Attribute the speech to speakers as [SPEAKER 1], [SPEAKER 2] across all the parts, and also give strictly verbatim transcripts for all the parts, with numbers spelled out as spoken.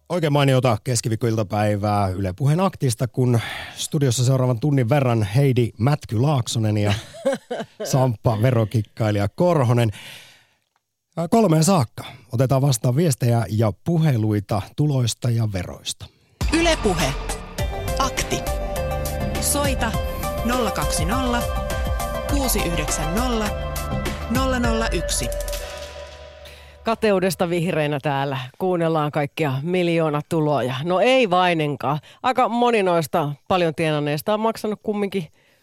[SPEAKER 1] Oikein mainiota keskiviikkoiltapäivää Yle Puheen aktista, kun studiossa seuraavan tunnin verran Heidi Mätky-Laaksonen ja Samppa verokikkailija Korhonen. Kolmeen saakka otetaan vastaan viestejä ja puheluita tuloista ja veroista.
[SPEAKER 2] Yle Puhe. Akti. Soita nolla kaksi nolla kuusi yhdeksän nolla nolla nolla yksi.
[SPEAKER 3] Kateudesta vihreinä täällä kuunnellaan kaikkia miljoonatuloja. No ei vainenkaan. Aika moni noista paljon tienanneista on maksanut kumminkin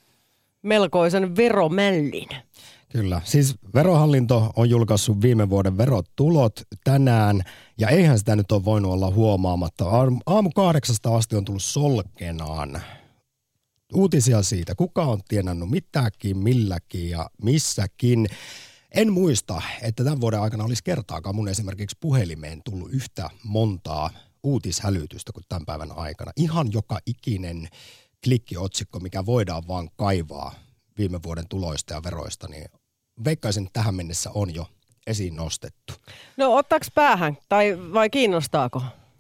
[SPEAKER 3] melkoisen veromällin.
[SPEAKER 1] Kyllä. Siis Verohallinto on julkaissut viime vuoden verotulot tänään, ja eihän sitä nyt ole voinut olla huomaamatta. Aamu kahdeksasta asti on tullut solkenaan uutisia siitä, kuka on tienannut mitäkin, milläkin ja missäkin. En muista, että tämän vuoden aikana olisi kertaakaan mun esimerkiksi puhelimeen tullut yhtä montaa uutishälytystä kuin tämän päivän aikana. Ihan joka ikinen klikkiotsikko, mikä voidaan vaan kaivaa viime vuoden tuloista ja veroista, niin veikkaisin, että tähän mennessä on jo esiin nostettu.
[SPEAKER 3] No ottaako päähän tai vai kiinnostaako?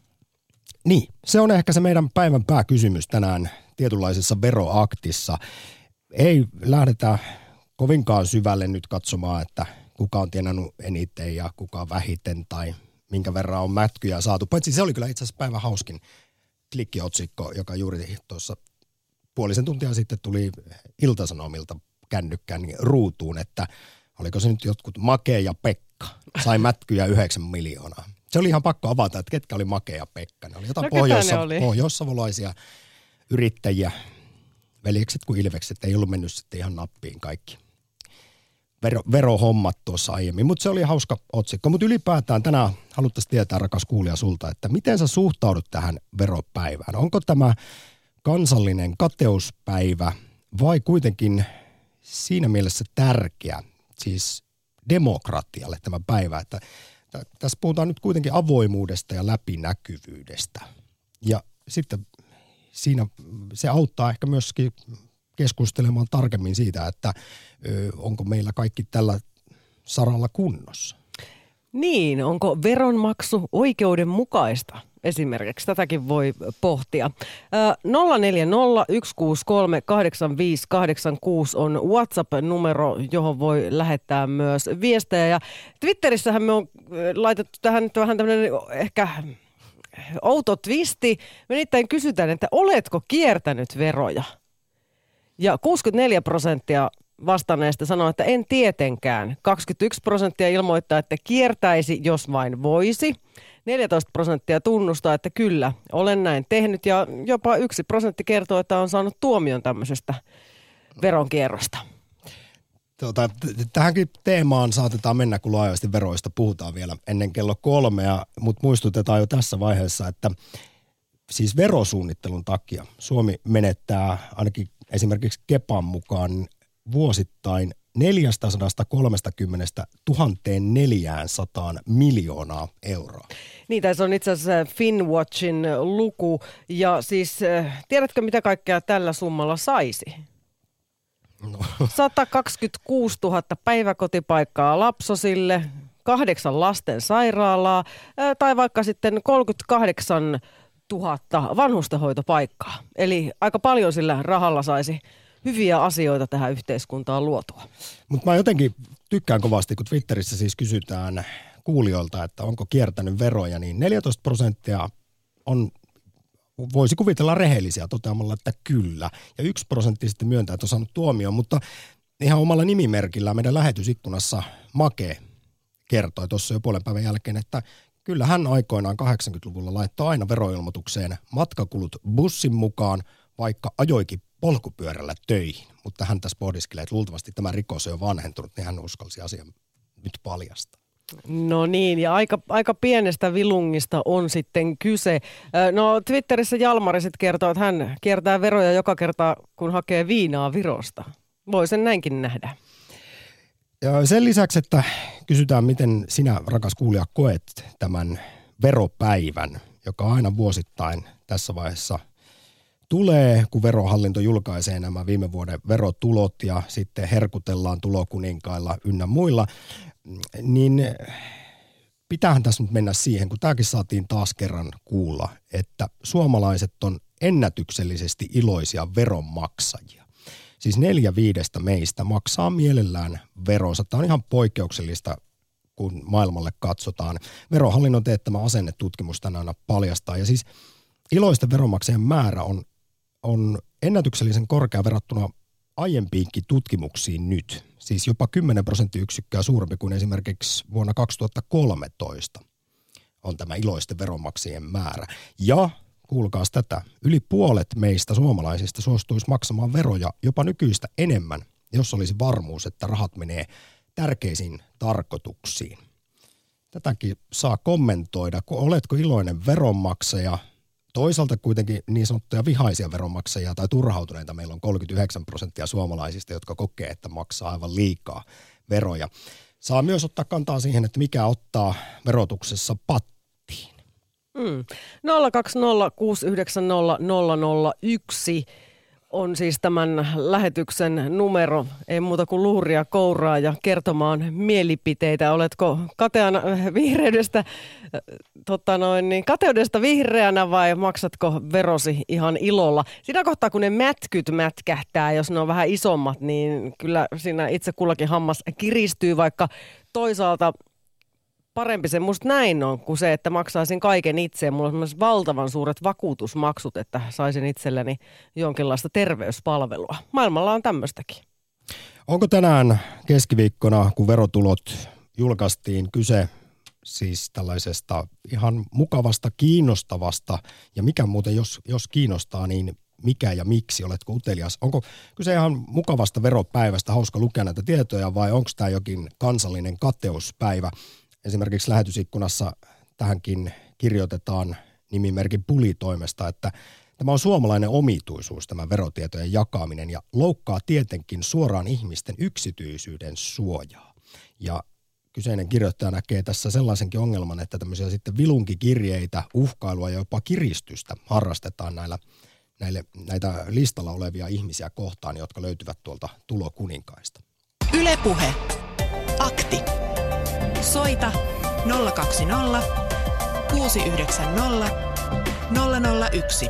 [SPEAKER 1] Niin, se on ehkä se meidän päivän pääkysymys tänään tietynlaisessa veroaktissa. Ei lähdetä kovinkaan syvälle nyt katsomaan, että kuka on tienannut eniten ja kuka vähiten tai minkä verran on mätkyjä saatu. Paitsi se oli kyllä itse asiassa päivän hauskin klikkiotsikko, joka juuri tuossa puolisen tuntia sitten tuli Ilta-Sanomilta kännykkään ruutuun, että oliko se nyt jotkut Make ja Pekka sai mätkyjä yhdeksän miljoonaa. Se oli ihan pakko avata, että ketkä oli Make ja Pekka. Ne oli jotain no, pohjois- pohjoissavolaisia yrittäjiä, veljekset kuin ilvekset, ei ollut mennyt sitten ihan nappiin kaikki Vero, verohommat tuossa aiemmin, mutta se oli hauska otsikko. Mutta ylipäätään tänään haluttaisiin tietää, rakas kuulija, sulta, että miten sä suhtaudut tähän veropäivään? Onko tämä kansallinen kateuspäivä vai kuitenkin siinä mielessä tärkeä, siis demokratialle tämä päivä, että tässä puhutaan nyt kuitenkin avoimuudesta ja läpinäkyvyydestä. Ja sitten siinä se auttaa ehkä myöskin keskustelemaan tarkemmin siitä, että ö, onko meillä kaikki tällä saralla kunnossa.
[SPEAKER 3] Niin, onko veronmaksu oikeudenmukaista? Esimerkiksi tätäkin voi pohtia. nolla neljä nolla yksi kuusi kolme kahdeksan viisi kahdeksan kuusi on WhatsApp-numero, johon voi lähettää myös viestejä. Ja Twitterissähän me on laitettu tähän nyt vähän tämmöinen ehkä outo twisti. Me nimittäin kysytään, että oletko kiertänyt veroja? Ja kuusikymmentäneljä prosenttia vastanneista sanoo, että en tietenkään. kaksikymmentäyksi prosenttia ilmoittaa, että kiertäisi, jos vain voisi. neljätoista prosenttia tunnustaa, että kyllä, olen näin tehnyt. Ja jopa yksi prosentti kertoo, että on saanut tuomion tämmöisestä veronkierrosta.
[SPEAKER 1] Tuota, tähänkin teemaan saatetaan mennä, kun laajasti veroista puhutaan vielä ennen kello kolmea, mutta muistutetaan jo tässä vaiheessa, että siis verosuunnittelun takia Suomi menettää ainakin esimerkiksi Kepan mukaan vuosittain neljäsataakolmekymmentätuhatta neljäsataa miljoonaa euroa.
[SPEAKER 3] Niin, tässä on itse asiassa Finwatchin luku. Ja siis tiedätkö, mitä kaikkea tällä summalla saisi?
[SPEAKER 1] No.
[SPEAKER 3] sata kaksikymmentäkuusituhatta päiväkotipaikkaa lapsosille, kahdeksan lasten sairaalaa tai vaikka sitten kolmekymmentäkahdeksantuhatta vanhustenhoitopaikkaa. Eli aika paljon sillä rahalla saisi hyviä asioita tähän yhteiskuntaan luotua.
[SPEAKER 1] Mutta mä jotenkin tykkään kovasti, kun Twitterissä siis kysytään kuulijoilta, että onko kiertänyt veroja, niin neljätoista prosenttia on, voisi kuvitella rehellisiä toteamalla, että kyllä. Ja yksi prosentti sitten myöntää, että on saanut tuomion, mutta ihan omalla nimimerkillä meidän lähetysikkunassa Make kertoi tuossa jo puolen päivän jälkeen, että kyllä hän aikoinaan kahdeksankymmentäluvulla laittoi aina veroilmoitukseen matkakulut bussin mukaan, vaikka ajoikin polkupyörällä töihin. Mutta hän tässä pohdiskelee, että luultavasti tämä rikos on jo vanhentunut, niin hän uskalsi asian nyt paljastaa.
[SPEAKER 3] No niin, ja aika, aika pienestä vilungista on sitten kyse. No Twitterissä Jalmari sitten kertoo, että hän kiertää veroja joka kerta, kun hakee viinaa Virosta. Voi sen näinkin nähdä.
[SPEAKER 1] Ja sen lisäksi, että kysytään, miten sinä, rakas kuulija, koet tämän veropäivän, joka aina vuosittain tässä vaiheessa tulee, kun Verohallinto julkaisee nämä viime vuoden verotulot ja sitten herkutellaan tulokuninkailla ynnä muilla, niin pitäähän tässä nyt mennä siihen, kun tämäkin saatiin taas kerran kuulla, että suomalaiset on ennätyksellisesti iloisia veronmaksajia. Siis neljä viidestä meistä maksaa mielellään veronsa. Tämä on ihan poikkeuksellista, kun maailmalle katsotaan. Verohallinnon teettämä asennetutkimus tänään paljastaa. Ja siis iloisten veronmaksajien määrä on, on ennätyksellisen korkea verrattuna aiempiinkin tutkimuksiin nyt. Siis jopa kymmenen prosenttiyksikköä suurempi kuin esimerkiksi vuonna kaksituhattakolmetoista on tämä iloisten veronmaksajien määrä. Ja kuulkaas tätä, yli puolet meistä suomalaisista suostuisi maksamaan veroja jopa nykyistä enemmän, jos olisi varmuus, että rahat menee tärkeisiin tarkoituksiin. Tätäkin saa kommentoida, kun oletko iloinen veronmaksaja. Toisaalta kuitenkin niin sanottuja vihaisia veronmaksajia tai turhautuneita meillä on kolmekymmentäyhdeksän prosenttia suomalaisista, jotka kokee, että maksaa aivan liikaa veroja. Saa myös ottaa kantaa siihen, että mikä ottaa verotuksessa pattiin.
[SPEAKER 3] Mm. nolla kaksi nolla kuusi yhdeksän nolla nolla nolla yksi on siis tämän lähetyksen numero. Ei muuta kuin luuria kouraa ja kertomaan mielipiteitä. Oletko kateana vihreydestä, tota noin, niin kateudesta vihreänä vai maksatko verosi ihan ilolla? Siinä kohtaa, kun ne mätkyt mätkähtää, jos ne on vähän isommat, niin kyllä siinä itse kullakin hammas kiristyy, vaikka toisaalta parempi se musta näin on, kuin se, että maksaisin kaiken itse. Mulla on myös valtavan suuret vakuutusmaksut, että saisin itselleni jonkinlaista terveyspalvelua. Maailmalla on tämmöistäkin.
[SPEAKER 1] Onko tänään keskiviikkona, kun verotulot julkaistiin, kyse siis tällaisesta ihan mukavasta, kiinnostavasta, ja mikä muuten, jos, jos kiinnostaa, niin mikä ja miksi, oletko utelias? Onko kyse ihan mukavasta veropäivästä, hauska lukea näitä tietoja, vai onko tämä jokin kansallinen kateuspäivä? Esimerkiksi lähetysikkunassa tähänkin kirjoitetaan nimimerkin Puli-toimesta, että tämä on suomalainen omituisuus, tämä verotietojen jakaminen, ja loukkaa tietenkin suoraan ihmisten yksityisyyden suojaa. Ja kyseinen kirjoittaja näkee tässä sellaisenkin ongelman, että tämmöisiä sitten vilunkikirjeitä, uhkailua ja jopa kiristystä harrastetaan näillä, näille, näitä listalla olevia ihmisiä kohtaan, jotka löytyvät tuolta tulokuninkaista.
[SPEAKER 2] Yle Puhe. Akti. Soita nolla kaksi nolla kuusi yhdeksän nolla nolla nolla yksi.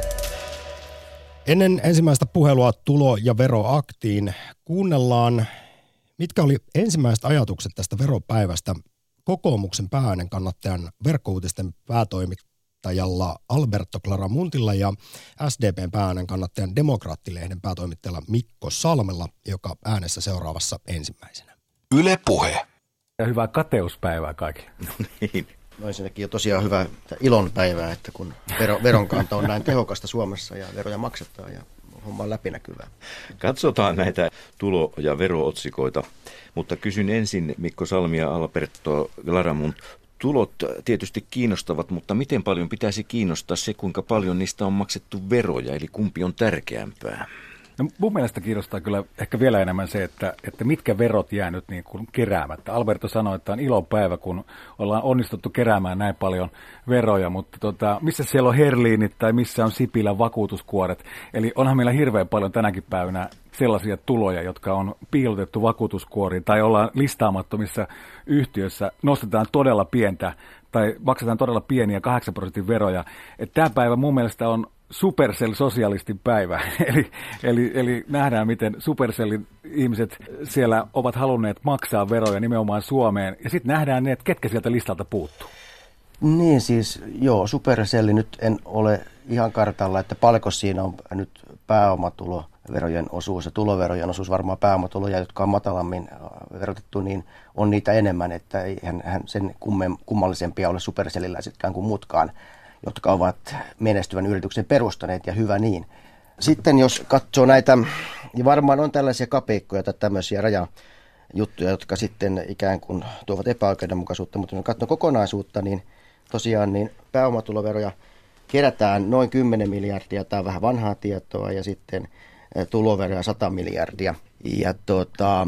[SPEAKER 1] Ennen ensimmäistä puhelua tulo- ja veroaktiin kuunnellaan, mitkä oli ensimmäiset ajatukset tästä veropäivästä kokoomuksen päääänen kannattajan verkkouutisten päätoimittajalla Alberto Claramuntilla ja S D P:n päääänen kannattajan Demokraattilehden päätoimittajalla Mikko Salmella, joka äänessä seuraavassa ensimmäisenä.
[SPEAKER 4] Yle Puhe.
[SPEAKER 5] Ja hyvää kateuspäivää kaikille.
[SPEAKER 4] No niin. No ensinnäkin on tosiaan hyvää ilonpäivää, että kun vero, veronkanto on näin tehokasta Suomessa ja veroja maksetaan ja homma on läpinäkyvää.
[SPEAKER 6] Katsotaan näitä tulo- ja verootsikoita, mutta kysyn ensin Mikko Salmi ja Alberto Claramunt. Tulot tietysti kiinnostavat, mutta miten paljon pitäisi kiinnostaa se, kuinka paljon niistä on maksettu veroja, eli kumpi on tärkeämpää?
[SPEAKER 5] No, mun mielestä kiinnostaa kyllä ehkä vielä enemmän se, että, että mitkä verot jää nyt niin kuin keräämättä. Alberto sanoi, että on ilopäivä, kun ollaan onnistuttu keräämään näin paljon veroja, mutta tota, missä siellä on Herliinit tai missä on Sipilän vakuutuskuoret. Eli onhan meillä hirveän paljon tänäkin päivänä sellaisia tuloja, jotka on piilotettu vakuutuskuoriin tai ollaan listaamattomissa yhtiöissä, nostetaan todella pientä tai maksetaan todella pieniä kahdeksan prosentin veroja. Että tämä päivä mun mielestä on Supercell-sosialistin päivä. eli, eli, eli nähdään, miten Supercellin ihmiset siellä ovat halunneet maksaa veroja nimenomaan Suomeen. Ja sitten nähdään ne, että ketkä sieltä listalta puuttuu.
[SPEAKER 4] Niin siis, joo, Supercelli nyt en ole ihan kartalla, että paljonko siinä on nyt pääomatuloverojen osuus ja tuloverojen osuus, varmaan pääomatuloja, jotka on matalammin verotettu, niin on niitä enemmän, että eihän hän sen kummen, kummallisempia ole Supercelliläisetkään kuin muutkaan, jotka ovat menestyvän yrityksen perustaneet, ja hyvä niin. Sitten jos katsoo näitä, niin varmaan on tällaisia kapeikkoja tai tämmöisiä rajajuttuja, jotka sitten ikään kuin tuovat epäoikeudenmukaisuutta, mutta jos katsoo kokonaisuutta, niin tosiaan niin pääomatuloveroja kerätään noin kymmenen miljardia, tämä on vähän vanhaa tietoa, ja sitten tuloveroja sata miljardia. Ja tota,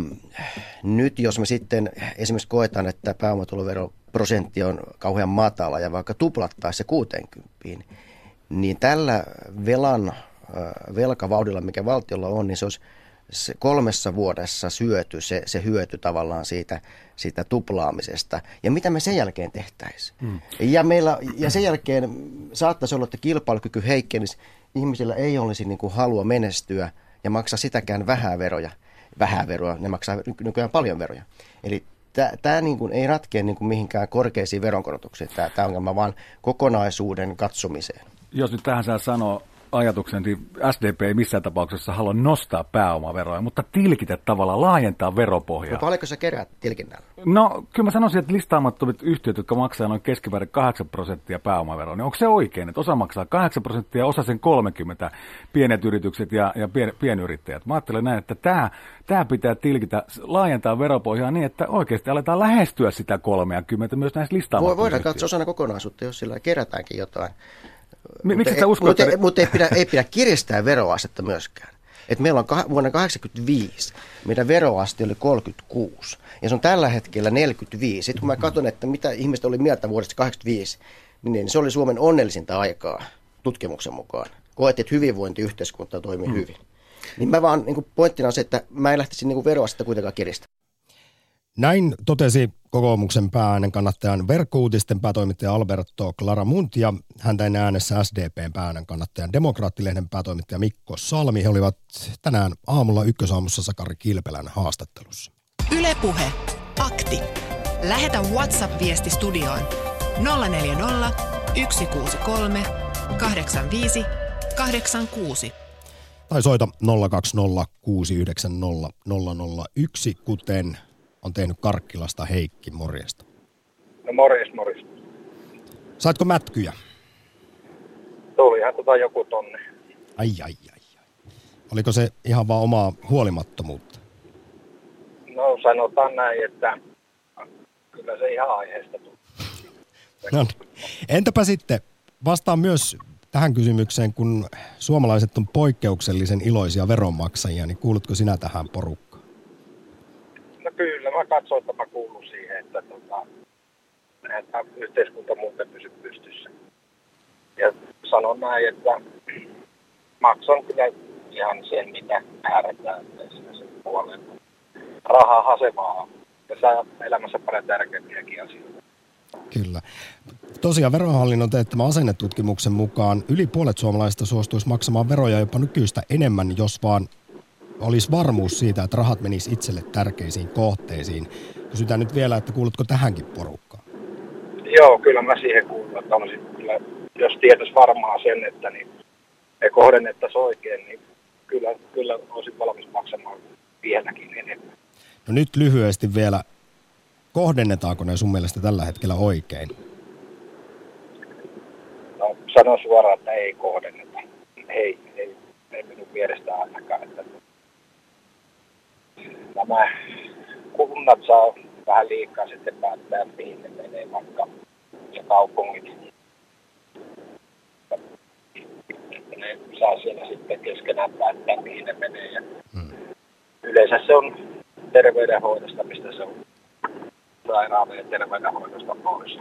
[SPEAKER 4] nyt jos me sitten esimerkiksi koetaan, että pääomatuloveroprosentti on kauhean matala ja vaikka tuplattaisiin se kuuteenkymmentä, niin tällä velan, velkavauhdilla, mikä valtiolla on, niin se olisi se kolmessa vuodessa syöty se, se hyöty tavallaan siitä, siitä tuplaamisesta. Ja mitä me sen jälkeen tehtäisiin? Hmm. Ja, meillä, ja sen jälkeen saattaisi olla, että kilpailukyky heikkenisi. Ihmisillä ei olisi niin kuin halua menestyä ja maksaa sitäkään vähän veroja. Vähän veroa, ne maksaa nykyään paljon veroja. Eli tämä niin kuin ei ratkea niin kuin mihinkään korkeisiin veronkorotuksiin, tämä ongelma, vaan kokonaisuuden katsomiseen.
[SPEAKER 5] Jos nyt tähän saa sanoa ajatuksen, niin S D P ei missään tapauksessa halua nostaa pääomaveroja, mutta tilkitä tavallaan, laajentaa veropohjaa.
[SPEAKER 4] No paljonko sä keräät tilkinnällä?
[SPEAKER 5] No kyllä mä sanoisin, että listaamattomat yhtiöt, jotka maksaa noin keskivälin kahdeksan prosenttia pääomaveroa, niin onko se oikein, että osa maksaa kahdeksan prosenttia ja osa sen kolmekymmentä, pienet yritykset ja, ja pien, pienyrittäjät. Mä ajattelen näin, että tämä, tämä pitää tilkitä, laajentaa veropohjaa niin, että oikeasti aletaan lähestyä sitä kolmekymmentä myös näissä listaamattomissa.
[SPEAKER 4] Voidaan katsoa osana kokonaisuutta, jos sillä kerätäänkin jotain.
[SPEAKER 5] Miksi
[SPEAKER 4] mutta
[SPEAKER 5] uskot,
[SPEAKER 4] mutta,
[SPEAKER 5] että...
[SPEAKER 4] mutta ei, pidä, ei pidä kiristää veroastetta myöskään. Et meillä on kah- vuonna kahdeksankymmentäviisi meidän veroaste oli kolmekymmentäkuusi ja se on tällä hetkellä neljäkymmentäviisi. Sitten kun mä katson, että mitä ihmiset oli mieltä vuodesta kahdeksankymmentäviisi, niin se oli Suomen onnellisinta aikaa tutkimuksen mukaan. Koettiin, että hyvinvointiyhteiskunta toimii mm. hyvin. Niin mä vaan niin pointtina on se, että mä en lähtisi niin veroastetta kuitenkaan kiristämään.
[SPEAKER 1] Näin totesi kokoomuksen päääänen kannattajan verkkouutisten päätoimittaja Alberto Claramunt ja häntä ennen äänessä S D P:n päääänen kannattajan Demokraattilehden päätoimittaja Mikko Salmi. He olivat tänään aamulla Ykkösaamussa Sakari Kilpelän haastattelussa.
[SPEAKER 2] Yle Puhe. Akti. Lähetä WhatsApp-viesti studioon nolla neljä nolla, yksi kuusi kolme, kahdeksan viisi, kahdeksan kuusi.
[SPEAKER 1] Tai soita nolla kaksi nolla, kuusi yhdeksän nolla, nolla nolla yksi, kuten on tehnyt Karkkilasta Heikki, morjesta.
[SPEAKER 7] No morjes, morjes.
[SPEAKER 1] Saitko mätkyjä?
[SPEAKER 7] Tulihan tota joku tonne.
[SPEAKER 1] Ai, ai, ai, ai. Oliko se ihan vaan omaa huolimattomuutta?
[SPEAKER 7] No sanotaan näin, että kyllä se ihan aiheesta tuli.
[SPEAKER 1] No, entäpä sitten, vastaan myös tähän kysymykseen, kun suomalaiset on poikkeuksellisen iloisia veronmaksajia, niin kuulutko sinä tähän porukkaan?
[SPEAKER 7] No kyllä, mä katsoin, että mä kuulun siihen, että, tota, että yhteiskunta muuten pysy pystyssä. Ja sanon näin, että maksan kyllä ihan sen, mitä määrätään sen puolen. Rahaa se vaan. Ja saa elämässä paljon tärkeimpiäkin asioita.
[SPEAKER 1] Kyllä. Tosiaan Verohallinnon teettämän asennetutkimuksen mukaan yli puolet suomalaisista suostuisi maksamaan veroja jopa nykyistä enemmän, jos vaan olisi varmuus siitä, että rahat menis itselle tärkeisiin kohteisiin. Kysytään nyt vielä, että kuulutko tähänkin porukkaan?
[SPEAKER 7] Joo, kyllä mä siihen kuulun. Että olisin, kyllä, jos tietäisi varmaan sen, että niin, me kohdennettaisiin oikein, niin kyllä, kyllä olisin valmis maksamaan vieläkin enemmän.
[SPEAKER 1] No nyt lyhyesti vielä, kohdennetaanko ne sun mielestä tällä hetkellä oikein?
[SPEAKER 7] No sanon suoraan, että ei kohdenneta. Ei, ei, ei minun mielestä ainakaan. Että nämä kunnat saa vähän liikaa sitten päättää, mihin ne menee vaikka ja kaupungit. Ne saa siellä sitten keskenään päättää, mihin ne menee. Ja hmm. Yleensä se on terveydenhoidosta, mistä se on sairaalan ja terveydenhoidosta pois.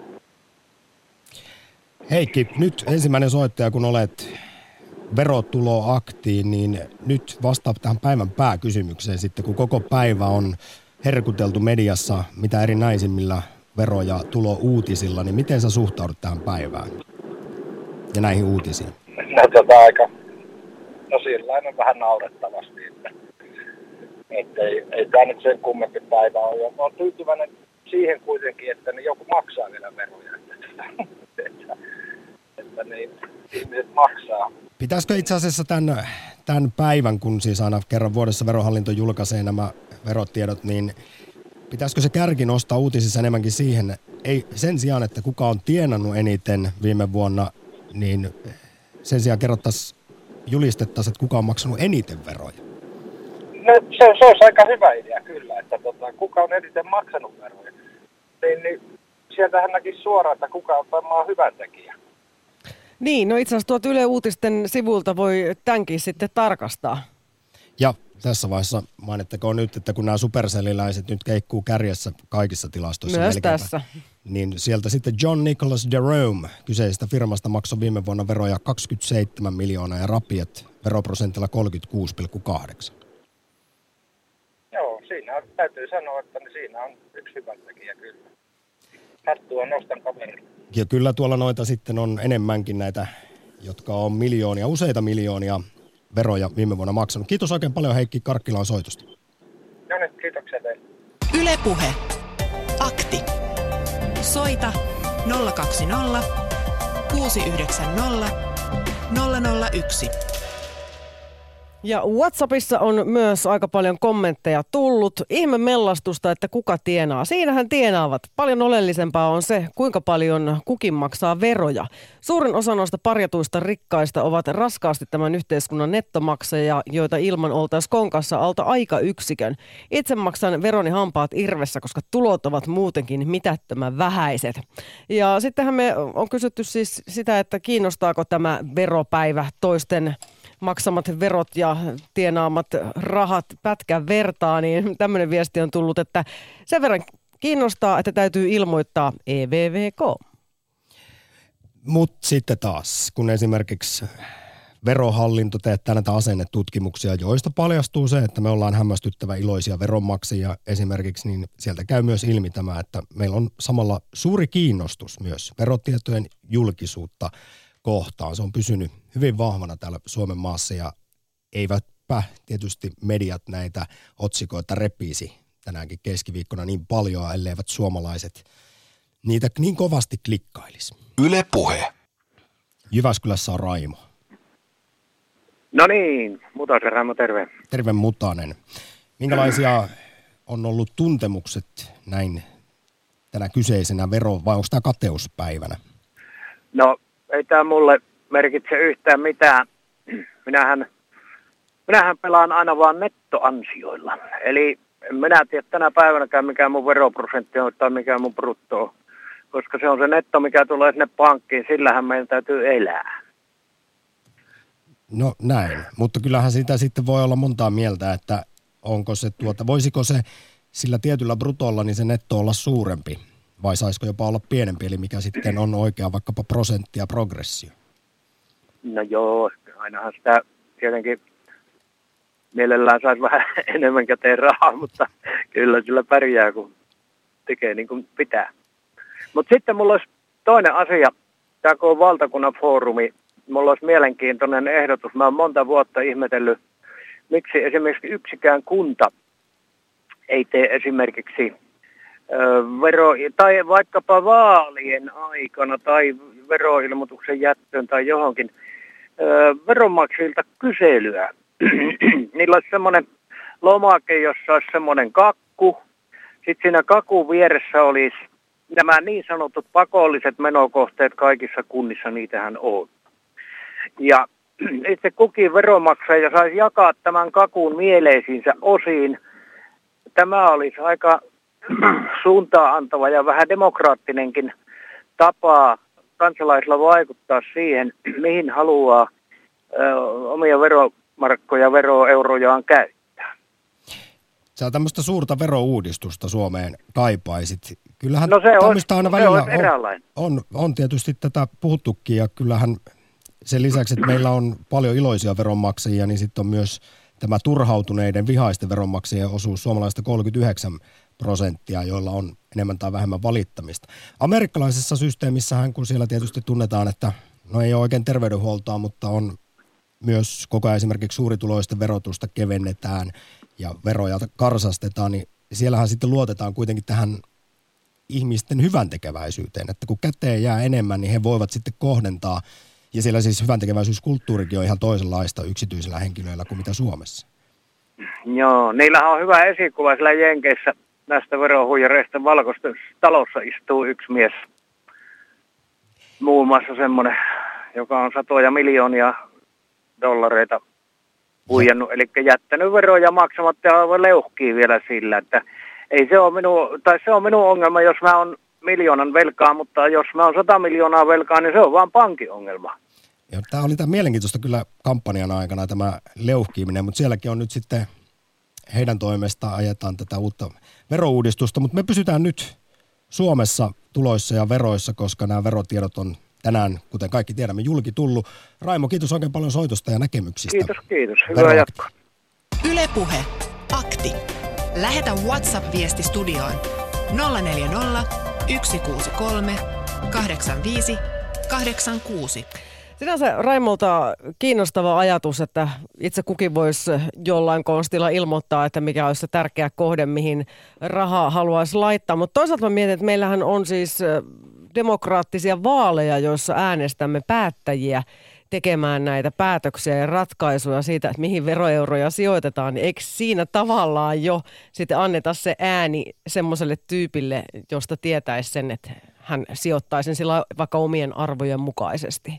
[SPEAKER 1] Heikki, nyt ensimmäinen soittaja, kun olet verotuloaktiin, niin nyt vastaa tähän päivän pääkysymykseen sitten, kun koko päivä on herkuteltu mediassa mitä erinäisimmillä vero- ja tulouutisilla, niin miten sä suhtaudut tähän päivään ja näihin uutisiin?
[SPEAKER 7] No tota aika, no sillain vähän naurettavasti, että, että ei, ei tämä nyt sen kummempi päivä ole. Ja mä oon tyytyväinen siihen kuitenkin, että ne joku maksaa vielä veroja, että, että, että niin, ihmiset maksaa.
[SPEAKER 1] Pitäisikö itse asiassa tämän, tämän päivän, kun siis aina kerran vuodessa Verohallinto julkaisee nämä verotiedot, niin pitäisikö se kärki nostaa uutisissa enemmänkin siihen, ei sen sijaan, että kuka on tienannut eniten viime vuonna, niin sen sijaan kerrottaisiin, julistettaisiin, että kuka on maksanut eniten veroja?
[SPEAKER 7] No se, se olisi aika hyvä idea kyllä, että tota, kuka on eniten maksanut veroja. Niin, niin sieltähän näkisi suoraan, että kuka on varmaan hyvän tekijä.
[SPEAKER 3] Niin, no itse asiassa tuolta Yle Uutisten sivulta voi tämänkin sitten tarkastaa.
[SPEAKER 1] Ja tässä vaiheessa mainittakoon nyt, että kun nämä supercelliläiset nyt keikkuu kärjessä kaikissa tilastoissa.
[SPEAKER 3] Myös
[SPEAKER 1] melkeinpä,
[SPEAKER 3] tässä.
[SPEAKER 1] Niin sieltä sitten John Nicholas Jerome kyseisestä firmasta maksoi viime vuonna veroja kaksikymmentäseitsemän miljoonaa ja Rapiat veroprosentilla kolmekymmentäkuusi pilkku kahdeksan.
[SPEAKER 7] siinä on, täytyy sanoa, että siinä on yksi hyvä tekijä kyllä. Hattua nostan kaverille.
[SPEAKER 1] Ja kyllä tuolla noita sitten on enemmänkin näitä, jotka on miljoonia, useita miljoonia veroja viime vuonna maksanut. Kiitos oikein paljon Heikki Karkkilan soitosta.
[SPEAKER 7] No niin, kiitoksia teille.
[SPEAKER 2] Yle Puhe. Akti. Soita nolla kaksi nolla kuusi yhdeksän nolla nolla nolla yksi.
[SPEAKER 3] Ja WhatsAppissa on myös aika paljon kommentteja tullut. Ihme mellastusta, että kuka tienaa. Siinähän tienaavat. Paljon oleellisempaa on se, kuinka paljon kukin maksaa veroja. Suurin osa noista parjatuista rikkaista ovat raskaasti tämän yhteiskunnan nettomaksajia, joita ilman oltaisiin konkassa alta aikayksikön. Itse maksan veroni hampaat irvessä, koska tulot ovat muutenkin mitättömän vähäiset. Ja sittenhän me on kysytty siis sitä, että kiinnostaako tämä veropäivä toisten maksamat verot ja tienaamat rahat pätkän vertaa, niin tämmöinen viesti on tullut, että sen verran kiinnostaa, että täytyy ilmoittaa E V V K.
[SPEAKER 1] Mutta sitten taas, kun esimerkiksi verohallinto teettää näitä asennetutkimuksia, joista paljastuu se, että me ollaan hämmästyttävän iloisia veronmaksajia esimerkiksi, niin sieltä käy myös ilmi tämä, että meillä on samalla suuri kiinnostus myös verotietojen julkisuutta kohtaan. Se on pysynyt hyvin vahvana täällä Suomen maassa ja eivätpä tietysti mediat näitä otsikoita repisi tänäänkin keskiviikkona niin paljon, elleivät suomalaiset niitä niin kovasti klikkailisi.
[SPEAKER 8] Yle Puhe.
[SPEAKER 1] Jyväskylässä on Raimo.
[SPEAKER 9] No niin, Mutasen Raimo, terve.
[SPEAKER 1] Terve Mutanen. Minkälaisia on ollut tuntemukset näin tänä kyseisenä vero- vai onko tämä kateuspäivänä?
[SPEAKER 9] No ei tämä mulle merkitse yhtään mitään. Minähän, minähän pelaan aina vaan nettoansioilla. Eli en minä tiedä tänä päivänäkään mikä mun veroprosentti on tai mikä mun brutto on. Koska se on se netto, mikä tulee sinne pankkiin, sillähän meidän täytyy elää.
[SPEAKER 1] No näin, mutta kyllähän sitä sitten voi olla montaa mieltä, että onko se tuota, voisiko se sillä tietyllä brutolla niin se netto olla suurempi vai saisiko jopa olla pienempi, eli mikä sitten on oikea vaikkapa prosentti ja progressio?
[SPEAKER 9] No joo, ainahan sitä tietenkin mielellään saisi vähän enemmän käteen rahaa, mutta kyllä sillä pärjää, kun tekee niin kuin pitää. Mutta sitten mulla olisi toinen asia, tämä kun on valtakunnan foorumi, mulla olisi mielenkiintoinen ehdotus. Mä oon monta vuotta ihmetellyt, miksi esimerkiksi yksikään kunta ei tee esimerkiksi ö, vero, tai vaikkapa vaalien aikana tai veroilmoituksen jättöön tai johonkin ö, veronmaksajilta kyselyä. Niillä olisi semmoinen lomake, jossa olisi semmoinen kakku. Sitten siinä kakun vieressä olisi nämä niin sanotut pakolliset menokohteet kaikissa kunnissa, niitähän on. Ja itse kukin veronmaksaja saisi jakaa tämän kakun mieleisiinsä osiin. Tämä olisi aika suuntaa antava ja vähän demokraattinenkin tapa kansalaisilla vaikuttaa siihen, mihin haluaa ö, omia veromarkkoja, veroeurojaan käyttää.
[SPEAKER 1] Sä tämmöistä suurta verouudistusta Suomeen kaipaisit. Kyllähän
[SPEAKER 9] no se
[SPEAKER 1] tämmöistä
[SPEAKER 9] on,
[SPEAKER 1] aina
[SPEAKER 9] se
[SPEAKER 1] välillä
[SPEAKER 9] on,
[SPEAKER 1] on, on, on tietysti tätä puhuttukin ja kyllähän sen lisäksi, että meillä on paljon iloisia veronmaksajia, niin sitten on myös tämä turhautuneiden vihaisten veronmaksajien osuus suomalaista kolmekymmentäyhdeksän prosenttia, joilla on enemmän tai vähemmän valittamista. Amerikkalaisessa systeemissähän, kun siellä tietysti tunnetaan, että no ei ole oikein terveydenhuoltoa, mutta on myös koko ajan esimerkiksi suurituloisten verotusta kevennetään ja veroja karsastetaan, niin siellähän sitten luotetaan kuitenkin tähän ihmisten hyväntekeväisyyteen, että kun käteen jää enemmän, niin he voivat sitten kohdentaa. Ja siellä siis hyväntekeväisyyskulttuurikin on ihan toisenlaista yksityisillä henkilöillä kuin mitä Suomessa.
[SPEAKER 9] Joo, niillähän on hyvä esikuva siellä Jenkeissä näistä verohuijareista. Valkoista talossa istuu yksi mies. Muun muassa semmoinen, joka on satoja miljoonia dollareita huijannut, eli jättänyt veroja maksamatta ja leuhkii vielä sillä, että ei se ole minun, tai se on minun ongelma, jos mä oon miljoonan velkaa, mutta jos mä oon sata miljoonaa velkaa, niin se on vaan pankin ongelma.
[SPEAKER 1] Joo, tämä oli tämä mielenkiintoista kyllä kampanjan aikana tämä leuhkiiminen, mutta sielläkin on nyt sitten heidän toimesta ajetaan tätä uutta verouudistusta, mutta me pysytään nyt Suomessa tuloissa ja veroissa, koska nämä verotiedot on tänään, kuten kaikki tiedämme, julki tullut. Raimo, kiitos oikein paljon soitosta ja näkemyksistä.
[SPEAKER 9] Kiitos, kiitos. Hyvää jatkoa.
[SPEAKER 2] Yle Puhe. Akti. Lähetä WhatsApp-viesti studioon nolla neljä nolla, yksi kuusi kolme, kahdeksan viisi, kahdeksan kuusi.
[SPEAKER 3] Sinänsä Raimolta kiinnostava ajatus, että itse kukin voisi jollain konstilla ilmoittaa, että mikä olisi se tärkeä kohde, mihin rahaa haluaisi laittaa. Mutta toisaalta mä mietin, että meillähän on siis demokraattisia vaaleja, joissa äänestämme päättäjiä tekemään näitä päätöksiä ja ratkaisuja siitä, että mihin veroeuroja sijoitetaan, niin eikö siinä tavallaan jo sitten anneta se ääni semmoiselle tyypille, josta tietäisi sen, että hän sijoittaisi sillä vaikka omien arvojen mukaisesti?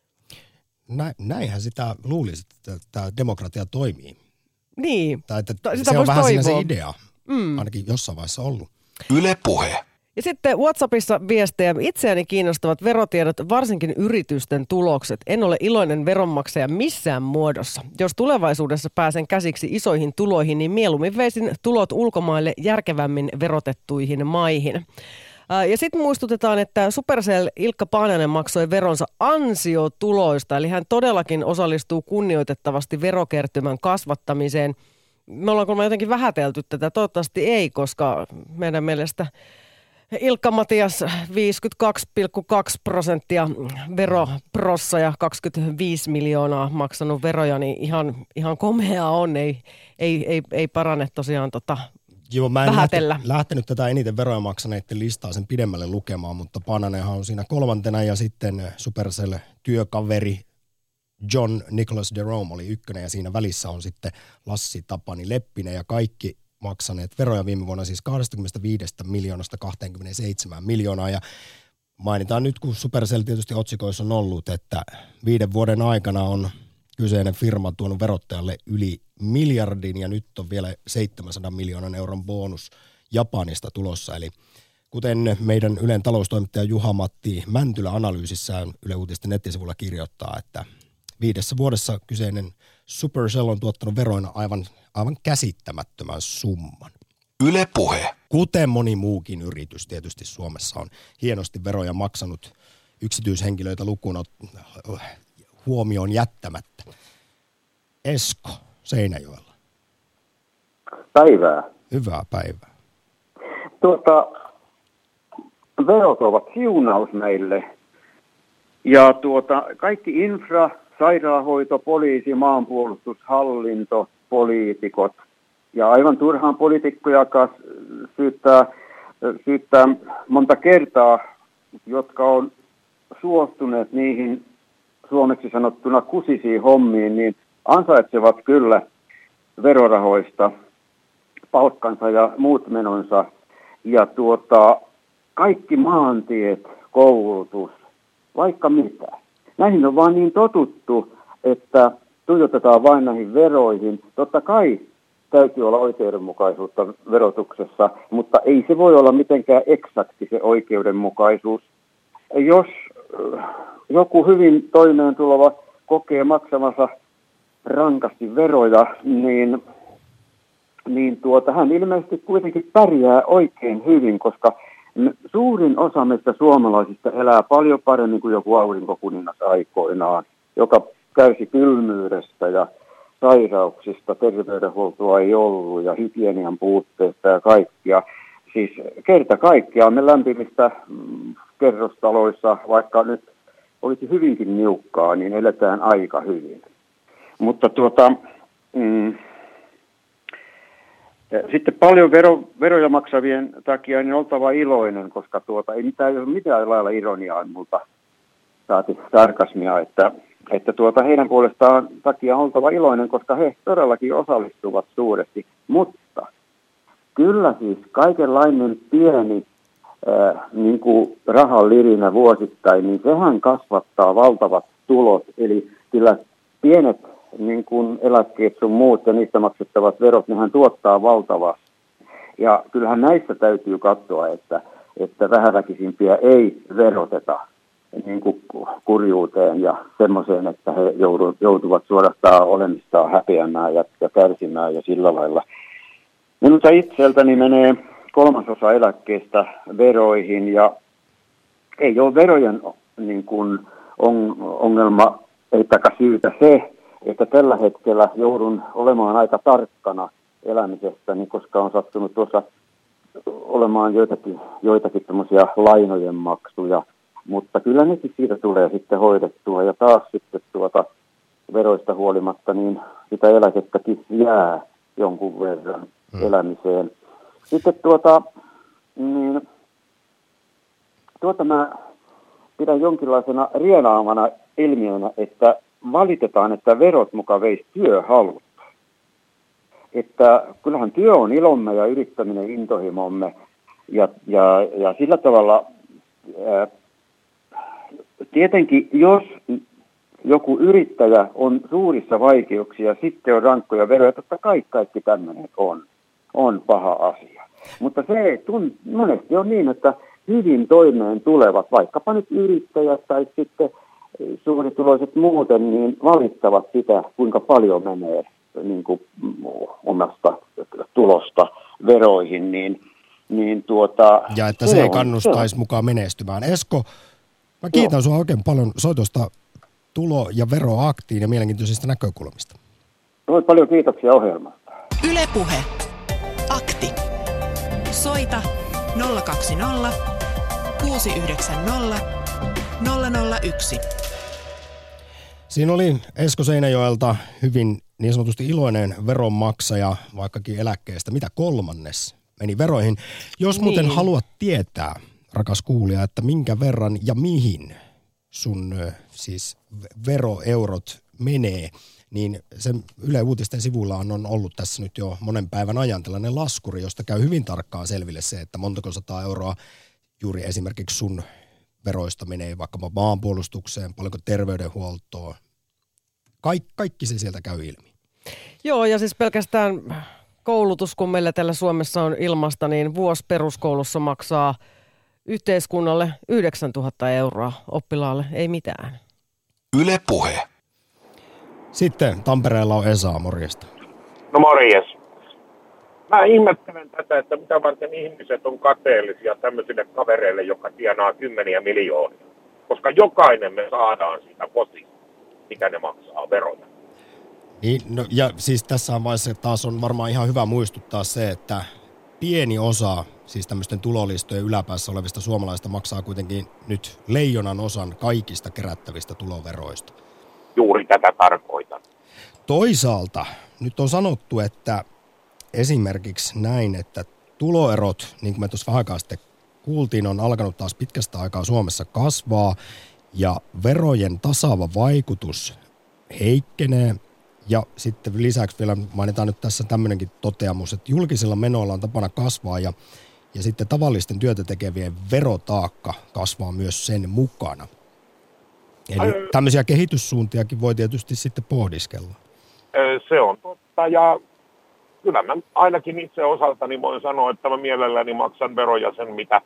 [SPEAKER 1] Näinhän sitä luulisi, että tämä demokratia toimii.
[SPEAKER 3] Niin.
[SPEAKER 1] Tai että
[SPEAKER 3] sitä
[SPEAKER 1] se on vähän
[SPEAKER 3] toivoa.
[SPEAKER 1] siinä se idea,
[SPEAKER 3] mm.
[SPEAKER 1] ainakin jossain vaiheessa ollut.
[SPEAKER 8] Yle Puhe.
[SPEAKER 3] Ja sitten WhatsAppissa viestejä. Itseäni kiinnostavat verotiedot, varsinkin yritysten tulokset. En ole iloinen veronmaksaja missään muodossa. Jos tulevaisuudessa pääsen käsiksi isoihin tuloihin, niin mieluummin veisin tulot ulkomaille järkevämmin verotettuihin maihin. Ja sitten muistutetaan, että Supercell Ilkka Paananen maksoi veronsa ansiotuloista, eli hän todellakin osallistuu kunnioitettavasti verokertymän kasvattamiseen. Me ollaan kuulemma jotenkin vähätelty tätä, toivottavasti ei, koska meidän mielestä Ilkka Matias viisikymmentäkaksi pilkku kaksi prosenttia veroprossa ja kaksikymmentäviisi miljoonaa maksanut veroja, niin ihan, ihan komeaa on, ei, ei, ei, ei parane tosiaan tota
[SPEAKER 1] Joo, mä en
[SPEAKER 3] vähätellä.
[SPEAKER 1] lähtenyt, lähtenyt tätä eniten veroja maksaneiden listaa sen pidemmälle lukemaan, mutta Paananenhan on siinä kolmantena ja sitten Supercell työkaveri John Nicholas Jerome oli ykkönen ja siinä välissä on sitten Lassi Tapani Leppinen ja kaikki maksaneet veroja viime vuonna siis kaksikymmentäviisi miljoonasta kaksikymmentäseitsemän miljoonaa ja mainitaan nyt, kun Supercell tietysti otsikoissa on ollut, että viiden vuoden aikana on kyseinen firma tuonut verottajalle yli miljardin ja nyt on vielä seitsemänsadan miljoonan euron bonus Japanista tulossa. Eli kuten meidän Ylen taloustoimittaja Juha-Matti Mäntylä analyysissään Yle Uutisten nettisivulla kirjoittaa, että viidessä vuodessa kyseinen Supercell on tuottanut veroina aivan, aivan käsittämättömän summan.
[SPEAKER 8] Yle Puhe.
[SPEAKER 1] Kuten moni muukin yritys tietysti Suomessa on hienosti veroja maksanut yksityishenkilöitä lukuun huomioon jättämättä. Esko Seinäjoella.
[SPEAKER 10] Päivää.
[SPEAKER 1] Hyvää päivää.
[SPEAKER 10] Tuota, verot ovat siunaus meille. Ja tuota, kaikki infra, sairaanhoito, poliisi, maanpuolustus, hallinto, poliitikot ja aivan turhaan poliitikkoja syyttää, syyttää monta kertaa, jotka on suostuneet niihin suomeksi sanottuna kusisiin hommiin, niin ansaitsevat kyllä verorahoista palkkansa ja muut menonsa. Ja tuota, kaikki maantiet, koulutus, vaikka mitä. Näihin on vaan niin totuttu, että tuijotetaan vain näihin veroihin. Totta kai täytyy olla oikeudenmukaisuutta verotuksessa, mutta ei se voi olla mitenkään eksakti se oikeudenmukaisuus. Jos joku hyvin toimeen tuleva kokee maksamansa rankasti veroja, niin, niin tuota, hän ilmeisesti kuitenkin pärjää oikein hyvin, koska suurin osa meistä suomalaisista elää paljon paremmin kuin joku aurinkokuningas aikoinaan, joka kärsi kylmyydestä ja sairauksista, terveydenhuoltoa ei ollut ja hygienian puutteesta ja kaikkia. Siis kerta kaikkiaan me lämpimistä kerrostaloissa, vaikka nyt olisi hyvinkin niukkaa, niin eletään aika hyvin. Mutta tuota, mm, sitten paljon vero, veroja maksavien takia niin oltava iloinen, koska tuota, ei mitään, ei ole mitään lailla ironiaa multa saati sarkasmia, että, että tuota, heidän puolestaan takia on oltava iloinen, koska he todellakin osallistuvat suuresti. Mutta kyllä siis kaikenlainen pieni äh, niin kuin rahan lirinä vuosittain, niin sehän kasvattaa valtavat tulot, eli kyllä pienet niin kuin eläkkeet sun muut ja niistä maksettavat verot, nehän tuottaa valtavasti. Ja kyllähän näissä täytyy katsoa, että, että vähäväkisimpiä ei veroteta niin kuin kurjuuteen ja semmoiseen, että he joutuvat suorastaan olemistaan häpeämään ja, ja kärsimään ja sillä lailla. Minulta itseltäni menee kolmasosa eläkkeestä veroihin ja ei ole verojen niin kuin on, ongelma, eikä syytä se, että tällä hetkellä joudun olemaan aika tarkkana elämisestäni, koska on sattunut tuossa olemaan joitakin, joitakin tämmöisiä lainojen maksuja, mutta kyllä nekin siitä tulee sitten hoidettua ja taas sitten tuota veroista huolimatta, niin sitä eläkettäkin jää jonkun verran hmm. elämiseen. Sitten tuota, niin, tuota mä pidän jonkinlaisena rienaamana ilmiönä, että valitetaan, että verot muka veisi työhalutta. Että kyllähän työ on ilomme ja yrittäminen intohimomme ja, ja, ja sillä tavalla ää, tietenkin jos joku yrittäjä on suurissa vaikeuksia, sitten on rankkoja veroja, totta kai kaikki tämmöinen on, on paha asia. Mutta se tun, monesti on niin, että hyvin toimeen tulevat, vaikkapa nyt yrittäjät tai sitten suurituloiset muuten, niin valittavat sitä, kuinka paljon menee niin kuin omasta tulosta veroihin, niin, niin tuota...
[SPEAKER 1] Ja että se, se ei kannustaisi mukaan menestymään. Esko, mä kiitän no. sinua oikein paljon soitosta tulo- ja veroaktiin ja mielenkiintoisista näkökulmista.
[SPEAKER 10] No, paljon kiitoksia ohjelmasta.
[SPEAKER 2] Yle Puhe. Akti. Soita nolla kaksi nolla kuusi yhdeksän nolla nolla nolla yksi.
[SPEAKER 1] Siinä oli Esko Seinäjoelta hyvin niin sanotusti iloinen veronmaksaja, vaikkakin eläkkeestä. Mitä kolmannes meni veroihin? Jos niin. muuten haluat tietää, rakas kuulija, että minkä verran ja mihin sun siis veroeurot menee, niin sen Yle Uutisten sivuilla on ollut tässä nyt jo monen päivän ajan tällainen laskuri, josta käy hyvin tarkkaan selville se, että montako sataa euroa juuri esimerkiksi sun veroista menee vaikkapa maanpuolustukseen, paljonko terveydenhuoltoon. Kaik, kaikki se sieltä käy ilmi.
[SPEAKER 3] Joo, ja siis pelkästään koulutus, kun meillä täällä Suomessa on ilmasta, niin vuosi peruskoulussa maksaa yhteiskunnalle yhdeksäntuhatta euroa, oppilaalle ei mitään.
[SPEAKER 8] Yle Puhe.
[SPEAKER 1] Sitten Tampereella on Esa, morjesta.
[SPEAKER 11] No morjes. Mä ihmettelen tätä, että mitä varten ihmiset on kateellisia tämmöisille kavereille, joka tienaa kymmeniä miljoonia. Koska jokainen me saadaan siitä kotiin, mikä ne maksaa veroja.
[SPEAKER 1] Niin, no, ja siis tässä vaiheessa taas on varmaan ihan hyvä muistuttaa se, että pieni osa siis tämmöisten tulolistojen yläpäässä olevista suomalaista maksaa kuitenkin nyt leijonan osan kaikista kerättävistä tuloveroista.
[SPEAKER 11] Juuri tätä tarkoitan.
[SPEAKER 1] Toisaalta nyt on sanottu, että esimerkiksi näin, että tuloerot, niin kuin me tuossa vähän aikaa sitten kuultiin, on alkanut taas pitkästä aikaa Suomessa kasvaa ja verojen tasaava vaikutus heikkenee. Ja sitten lisäksi vielä mainitaan nyt tässä tämmöinenkin toteamus, että julkisilla menoilla on tapana kasvaa ja, ja sitten tavallisten työtä tekevien verotaakka kasvaa myös sen mukana. Eli tämmöisiä kehityssuuntiakin voi tietysti sitten pohdiskella.
[SPEAKER 11] Se on totta ja kyllä mä ainakin itse osaltani voin sanoa, että mä mielelläni maksan veroja sen, mitä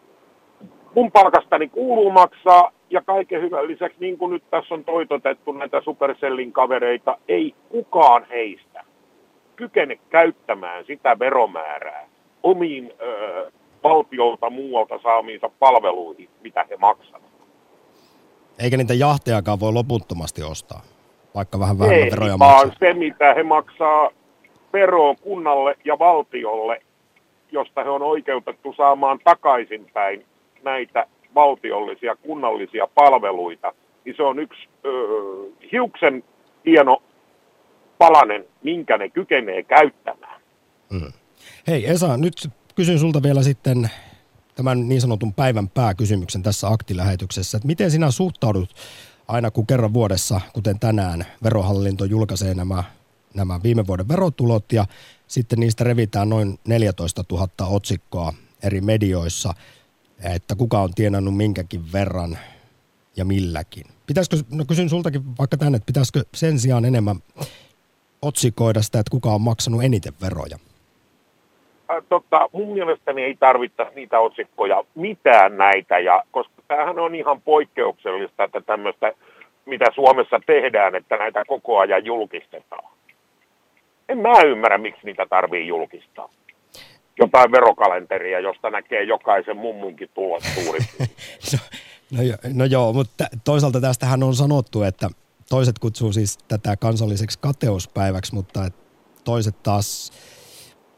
[SPEAKER 11] mun palkastani kuuluu maksaa. Ja kaiken hyvän lisäksi, niin kuin nyt tässä on toitotettu näitä Supercellin kavereita, ei kukaan heistä kykene käyttämään sitä veromäärää omiin ö, valtiolta muualta saamiinsa palveluihin, mitä he maksavat.
[SPEAKER 1] Eikä niitä jahtejakaan voi loputtomasti ostaa, vaikka vähän vähemmän
[SPEAKER 11] ei,
[SPEAKER 1] veroja
[SPEAKER 11] maksaa.
[SPEAKER 1] maksaa.
[SPEAKER 11] Se, mitä he maksaa veroa kunnalle ja valtiolle, josta he on oikeutettu saamaan takaisinpäin näitä valtiollisia, kunnallisia palveluita, niin se on yksi ö, hiuksen hieno palanen, minkä ne kykenee käyttämään.
[SPEAKER 1] Mm. Hei Esa, nyt kysyn sulta vielä sitten tämän niin sanotun päivän pääkysymyksen tässä aktilähetyksessä, että miten sinä suhtaudut aina kun kerran vuodessa, kuten tänään, Verohallinto julkaisee nämä, nämä viime vuoden verotulot ja sitten niistä revitään noin neljätoistatuhatta otsikkoa eri medioissa, että kuka on tienannut minkäkin verran ja milläkin. Pitäisikö, no kysyn sultakin vaikka tänne, että pitäisikö sen sijaan enemmän otsikoida sitä, että kuka on maksanut eniten veroja?
[SPEAKER 11] Äh, totta, mun mielestäni ei tarvittaisi niitä otsikkoja, mitään näitä, ja, koska tämähän on ihan poikkeuksellista, että tämmöistä, mitä Suomessa tehdään, että näitä koko ajan julkistetaan. En mä ymmärrä, miksi niitä tarvii julkistaa. Jotain verokalenteria, josta näkee jokaisen mummunkin tulot suurin.
[SPEAKER 1] no, no, jo, no joo, mutta toisaalta tästähän on sanottu, että toiset kutsuu siis tätä kansalliseksi kateuspäiväksi, mutta toiset taas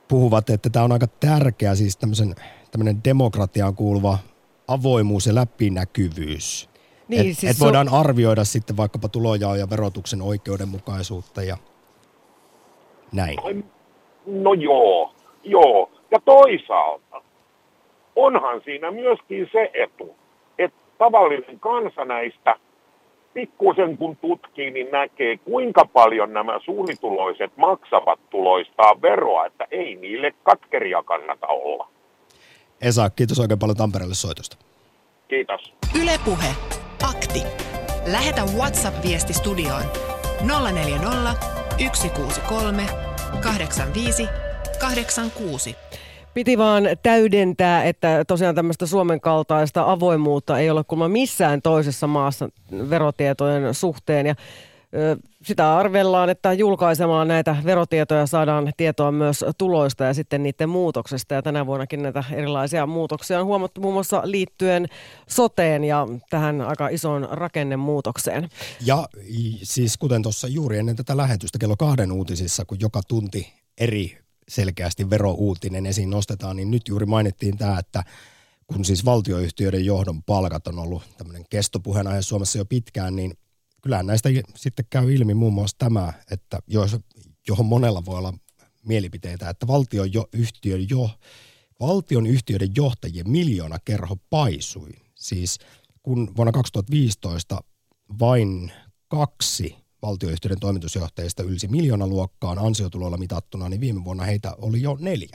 [SPEAKER 1] puhuvat, että tämä on aika tärkeä, siis tämmöinen demokratiaan kuuluva avoimuus ja läpinäkyvyys. Niin, että siis et voidaan so... arvioida sitten vaikkapa tulojaon ja verotuksen oikeudenmukaisuutta ja näin.
[SPEAKER 11] No joo, joo. Ja toisaalta onhan siinä myöskin se etu, että tavallinen kansa näistä pikkusen kun tutkii, niin näkee, kuinka paljon nämä suurituloiset maksavat tuloistaan veroa, että ei niille katkeria kannata olla.
[SPEAKER 1] Esa, kiitos oikein paljon Tampereelle soitosta.
[SPEAKER 11] Kiitos.
[SPEAKER 2] Yle Puhe. Akti. Lähetä WhatsApp-viesti studioon nolla neljä nolla, yksi kuusi kolme, kahdeksan viisi, kahdeksan kuusi.
[SPEAKER 3] Piti vaan täydentää, että tosiaan tämmöistä Suomen kaltaista avoimuutta ei ole kuulemma missään toisessa maassa verotietojen suhteen. Ja ö, sitä arvellaan, että julkaisemalla näitä verotietoja saadaan tietoa myös tuloista ja sitten niiden muutoksesta. Ja tänä vuonnakin näitä erilaisia muutoksia on huomattu muun muassa liittyen soteen ja tähän aika isoon rakennemuutokseen.
[SPEAKER 1] Ja siis kuten tuossa juuri ennen tätä lähetystä kello kahden uutisissa, kun joka tunti eri selkeästi verouutinen esiin nostetaan, niin nyt juuri mainittiin tämä, että kun siis valtioyhtiöiden johdon palkat on ollut tämmöinen kestopuheenaihe Suomessa jo pitkään, niin kyllähän näistä sitten käy ilmi muun muassa tämä, että johon monella voi olla mielipiteitä, että valtioyhtiön jo, valtion yhtiöiden johtajien miljoonakerho paisui. Siis kun vuonna kaksituhattaviisitoista vain kaksi valtioyhtiöiden toimitusjohtajista ylsi miljoonaluokkaan ansiotuloilla mitattuna, niin viime vuonna heitä oli jo neljä.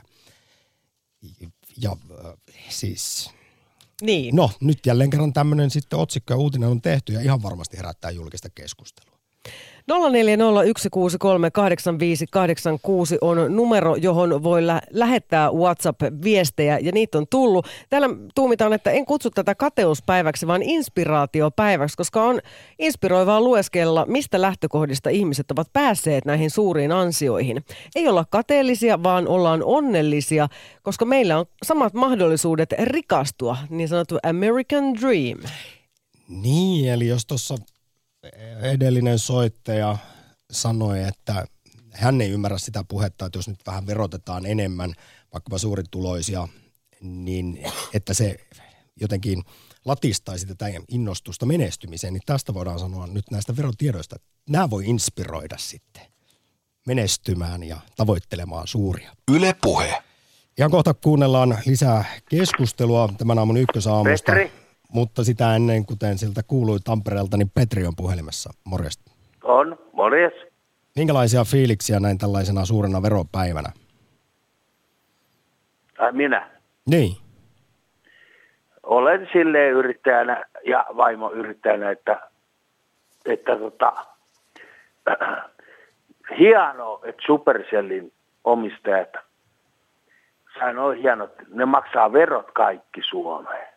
[SPEAKER 1] Ja äh, siis...
[SPEAKER 3] Niin.
[SPEAKER 1] No, nyt jälleen kerran tämmöinen sitten otsikko ja uutinen on tehty ja ihan varmasti herättää julkista keskustelua.
[SPEAKER 3] nolla neljä nolla, yksi kuusi kolme, kahdeksan viisi, kahdeksan kuusi on numero, johon voi lä- lähettää WhatsApp-viestejä ja niitä on tullut. Täällä tuumitaan, että en kutsu tätä kateuspäiväksi, vaan inspiraatiopäiväksi, koska on inspiroivaa lueskella, mistä lähtökohdista ihmiset ovat päässeet näihin suuriin ansioihin. Ei olla kateellisia, vaan ollaan onnellisia, koska meillä on samat mahdollisuudet rikastua, niin sanottu American Dream.
[SPEAKER 1] Niin, eli jos tuossa edellinen soittaja sanoi, että hän ei ymmärrä sitä puhetta, että jos nyt vähän verotetaan enemmän vaikkapa suurituloisia, niin että se jotenkin latistaisi tätä innostusta menestymiseen, niin tästä voidaan sanoa nyt näistä verotiedoista, että nämä voi inspiroida sitten menestymään ja tavoittelemaan suuria.
[SPEAKER 8] Yle Puhe.
[SPEAKER 1] Ihan kohta kuunnellaan lisää keskustelua tämän aamun ykkösaamusta.
[SPEAKER 12] Petri.
[SPEAKER 1] Mutta sitä ennen, kuten siltä kuului Tampereelta, niin Petri on puhelimessa. Morjesta.
[SPEAKER 12] On, morjes.
[SPEAKER 1] Minkälaisia fiiliksiä näin tällaisena suurena veropäivänä?
[SPEAKER 12] Ai minä?
[SPEAKER 1] Niin.
[SPEAKER 12] Olen silleen yrittäjänä ja vaimo yrittäjänä, että, että tota, äh, hienoa, että Supercellin omistajat, sehän on hienoa, että ne maksaa verot kaikki Suomeen.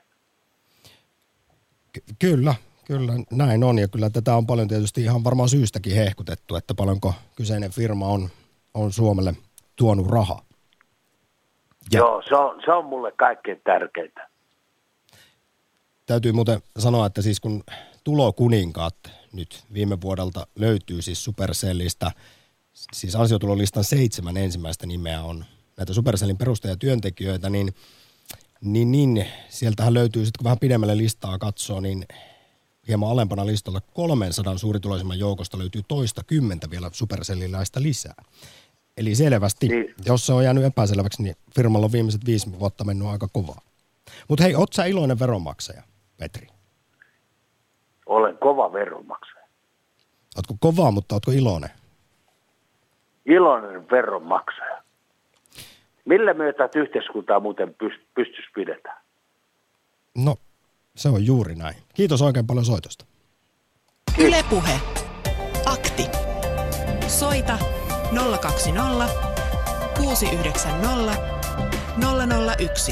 [SPEAKER 1] Ky- kyllä, kyllä näin on ja kyllä tätä on paljon tietysti ihan varmaan syystäkin hehkutettu, että paljonko kyseinen firma on, on Suomelle tuonut rahaa. Ja
[SPEAKER 12] joo, se on, se on mulle kaikkein tärkeintä.
[SPEAKER 1] Täytyy muuten sanoa, että siis kun tulokuninkaat nyt viime vuodelta löytyy siis Supercellistä, siis ansiotulolistan seitsemän ensimmäistä nimeä on näitä Supercellin perustajatyöntekijöitä, niin Niin, niin sieltähän löytyy sitten, kun vähän pidemmälle listaa katsoo, niin hieman alempana listalla kolmesataa suurituloisimman joukosta löytyy toista kymmentä vielä supercelliläistä lisää. Eli selvästi, niin. Jos se on jäänyt epäselväksi, niin firmalla on viimeiset viisi vuotta mennyt aika kovaa. Mutta hei, oot sä iloinen veronmaksaja, Petri?
[SPEAKER 12] Olen kova veronmaksaja.
[SPEAKER 1] Ootko kova, mutta ootko iloinen?
[SPEAKER 12] Iloinen veronmaksaja. Millä myötä yhteiskuntaa muuten pystyisi pidetään?
[SPEAKER 1] No, se on juuri näin. Kiitos oikein paljon soitosta.
[SPEAKER 2] Yle Puhe. Akti. Soita nolla kaksi nolla kuusi yhdeksän nolla nolla nolla yksi.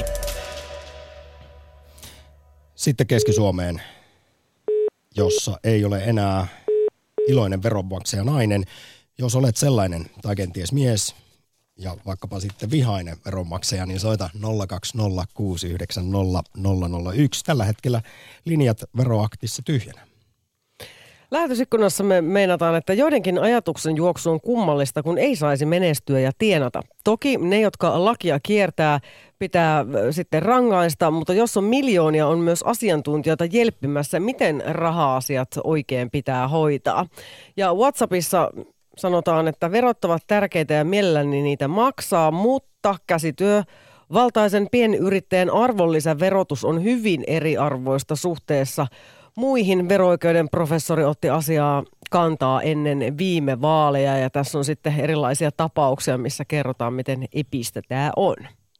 [SPEAKER 1] Sitten Keski-Suomeen, jossa ei ole enää iloinen veronmaksaja nainen. Jos olet sellainen tai kenties mies ja vaikkapa sitten vihainen veronmaksaja, niin soita nolla kaksi nolla kuusi yhdeksän nolla nolla nolla yksi. Tällä hetkellä linjat veroaktissa tyhjänä.
[SPEAKER 3] Lähetysikkunassa me meinataan, että joidenkin ajatuksen juoksu on kummallista, kun ei saisi menestyä ja tienata. Toki ne, jotka lakia kiertää, pitää sitten rangaista, mutta jos on miljoonia, on myös asiantuntijoita jelppimässä, miten raha-asiat oikein pitää hoitaa. Ja WhatsAppissa sanotaan, että verot ovat tärkeitä ja mielelläni niitä maksaa, mutta käsityö valtaisen pienyrittäjän arvonlisäverotus on hyvin eriarvoista suhteessa muihin. Vero-oikeuden professori otti asiaa kantaa ennen viime vaaleja ja tässä on sitten erilaisia tapauksia, missä kerrotaan, miten epistä tämä on.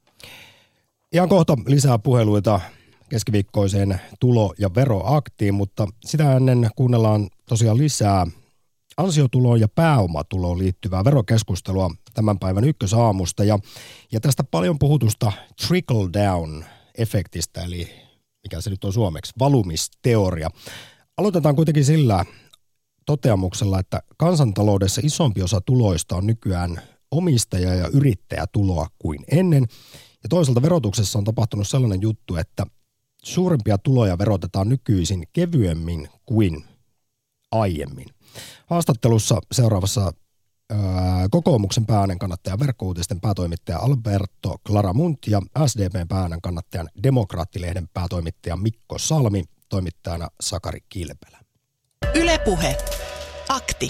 [SPEAKER 1] Ihan kohta lisää puheluita keskiviikkoiseen tulo- ja veroaktiin, mutta sitä ennen kuunnellaan tosiaan lisää ansiotuloon ja pääomatuloon liittyvää verokeskustelua tämän päivän ykkösaamusta ja, ja tästä paljon puhutusta trickle down -efektistä, eli mikä se nyt on suomeksi, valumisteoria. Aloitetaan kuitenkin sillä toteamuksella, että kansantaloudessa isompi osa tuloista on nykyään omistaja- ja yrittäjätuloa kuin ennen. Ja toisaalta verotuksessa on tapahtunut sellainen juttu, että suurempia tuloja verotetaan nykyisin kevyemmin kuin aiemmin. Haastattelussa seuraavassa ää, kokoomuksen päääänen kannattaja, verkkouutisten päätoimittaja Alberto Claramunt ja S D P:n päääänen kannattajan Demokraattilehden päätoimittaja Mikko Salmi, toimittajana Sakari Kilpelä.
[SPEAKER 2] Yle Puhe. Akti.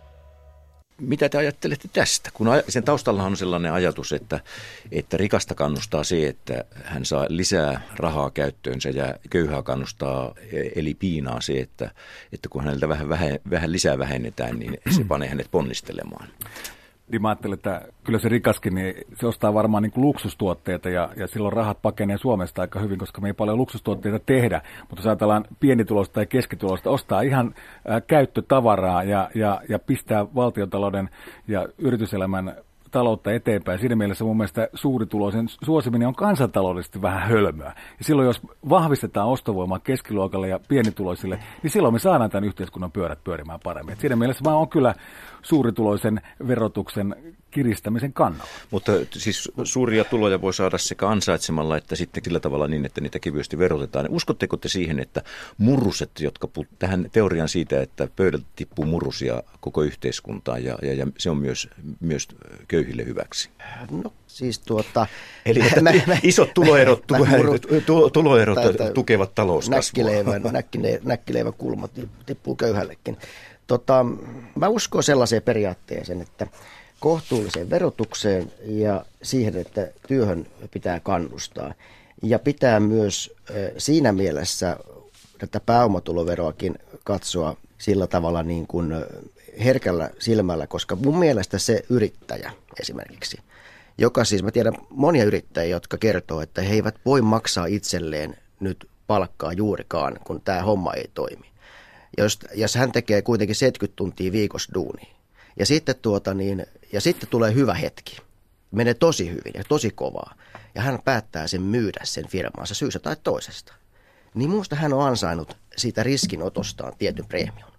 [SPEAKER 6] Mitä te ajattelette tästä? Kun sen taustalla on sellainen ajatus, että, että rikasta kannustaa se, että hän saa lisää rahaa käyttöönsä ja köyhää kannustaa eli piinaa se, että, että kun häneltä vähän, vähän, vähän lisää vähennetään, niin se panee hänet ponnistelemaan.
[SPEAKER 5] Niin mä ajattelen, että kyllä se rikaskin, niin se ostaa varmaan niin kuin luksustuotteita ja, ja silloin rahat pakenee Suomesta aika hyvin, koska me ei paljon luksustuotteita tehdä. Mutta jos ajatellaan pienitulosta tai keskitulosta, ostaa ihan ää, käyttötavaraa ja, ja, ja pistää valtiontalouden ja yrityselämän taloutta eteenpäin. Siinä mielessä mun mielestä suurituloisen suosiminen on kansantaloudellisesti vähän hölmöä. Ja silloin jos vahvistetaan ostovoimaa keskiluokalle ja pienituloisille, niin silloin me saadaan tämän yhteiskunnan pyörät pyörimään paremmin. Et siinä mielessä mä oon kyllä suurituloisen verotuksen kiristämisen kannalla.
[SPEAKER 6] Mutta siis suuria tuloja voi saada sekä ansaitsemalla että sitten sillä tavalla niin, että niitä kevyesti verotetaan. Uskotteko te siihen, että murruset, jotka put, tähän teorian siitä, että pöydältä tippuu murrusia koko yhteiskuntaan ja, ja, ja se on myös, myös köyhille hyväksi?
[SPEAKER 4] No siis tuota...
[SPEAKER 6] Eli että mä, mä, isot tuloerot, tu, tu, tuloerot tukevat talouskasvua.
[SPEAKER 4] Näkkileivän kulma tippuu köyhällekin. Tota, mä uskon sellaiseen periaatteeseen, että kohtuulliseen verotukseen ja siihen, että työhön pitää kannustaa. Ja pitää myös siinä mielessä tätä pääomatuloveroakin katsoa sillä tavalla niin kuin herkällä silmällä, koska mun mielestä se yrittäjä esimerkiksi, joka siis, mä tiedän monia yrittäjiä, jotka kertoo, että he eivät voi maksaa itselleen nyt palkkaa juurikaan, kun tämä homma ei toimi. Ja jos, jos hän tekee kuitenkin seitsemänkymmentä tuntia viikossa duunia, ja sitten, tuota niin, ja sitten tulee hyvä hetki, menee tosi hyvin ja tosi kovaa, ja hän päättää sen myydä sen firmaansa syystä tai toisesta, niin minusta hän on ansainnut siitä riskinotostaan tietyn preemion.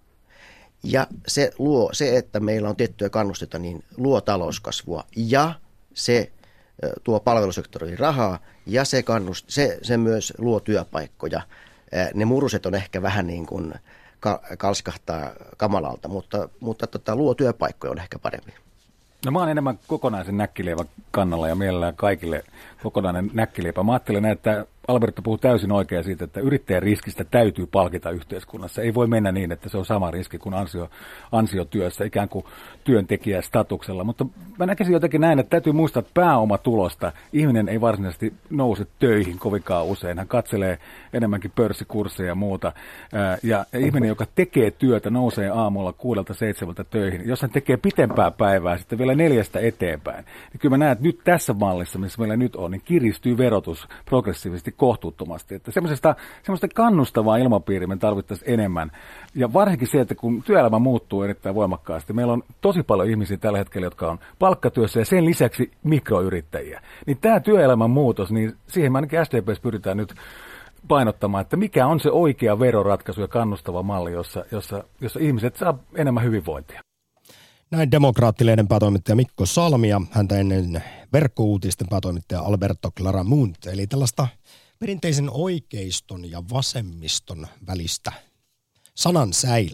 [SPEAKER 4] Ja se luo, se, että meillä on tiettyjä kannustetta, niin luo talouskasvua, ja se tuo palvelusektoriin rahaa, ja se, kannust, se, se myös luo työpaikkoja. Ne muruset on ehkä vähän niin kuin kalskahtaa kamalalta, mutta, mutta tota, luo työpaikkoja on ehkä paremmin.
[SPEAKER 5] No mä oon enemmän kokonaisen näkkileivän kannalla ja mielellään kaikille kokonainen näkkileipä. Mä ajattelen, että Alberto puhuu täysin oikein siitä, että yrittäjän riskistä täytyy palkita yhteiskunnassa. Ei voi mennä niin, että se on sama riski kuin ansio, ansiotyössä, ikään kuin työntekijästatuksella. Mutta mä näkisin jotenkin näin, että täytyy muistaa, että pääomatulosta ihminen ei varsinaisesti nouse töihin kovinkaan usein. Hän katselee enemmänkin pörssikursseja ja muuta. Ja, ja ihminen, joka tekee työtä, nousee aamulla kuudelta seitsemältä töihin. Jos hän tekee pitempää päivää, sitten vielä neljästä eteenpäin, niin kyllä mä näen, että nyt tässä mallissa, missä meillä nyt on, niin kiristyy verotus progressiivisesti kohtuuttomasti. Että semmoisesta, semmoista kannustavaa ilmapiiriä me tarvittaisiin enemmän. Ja varsinkin se, että kun työelämä muuttuu erittäin voimakkaasti, meillä on tosi paljon ihmisiä tällä hetkellä, jotka on palkkatyössä ja sen lisäksi mikroyrittäjiä. Niin tämä työelämän muutos, niin siihen me ainakin S D P:ssä pyritään nyt painottamaan, että mikä on se oikea veroratkaisu ja kannustava malli, jossa, jossa, jossa ihmiset saa enemmän hyvinvointia.
[SPEAKER 1] Näin Demokraattilehden päätoimittaja Mikko Salmi ja häntä ennen verkkouutisten päätoimittaja Alberto Claramunt, eli tällaista perinteisen oikeiston ja vasemmiston välistä sanan säilää.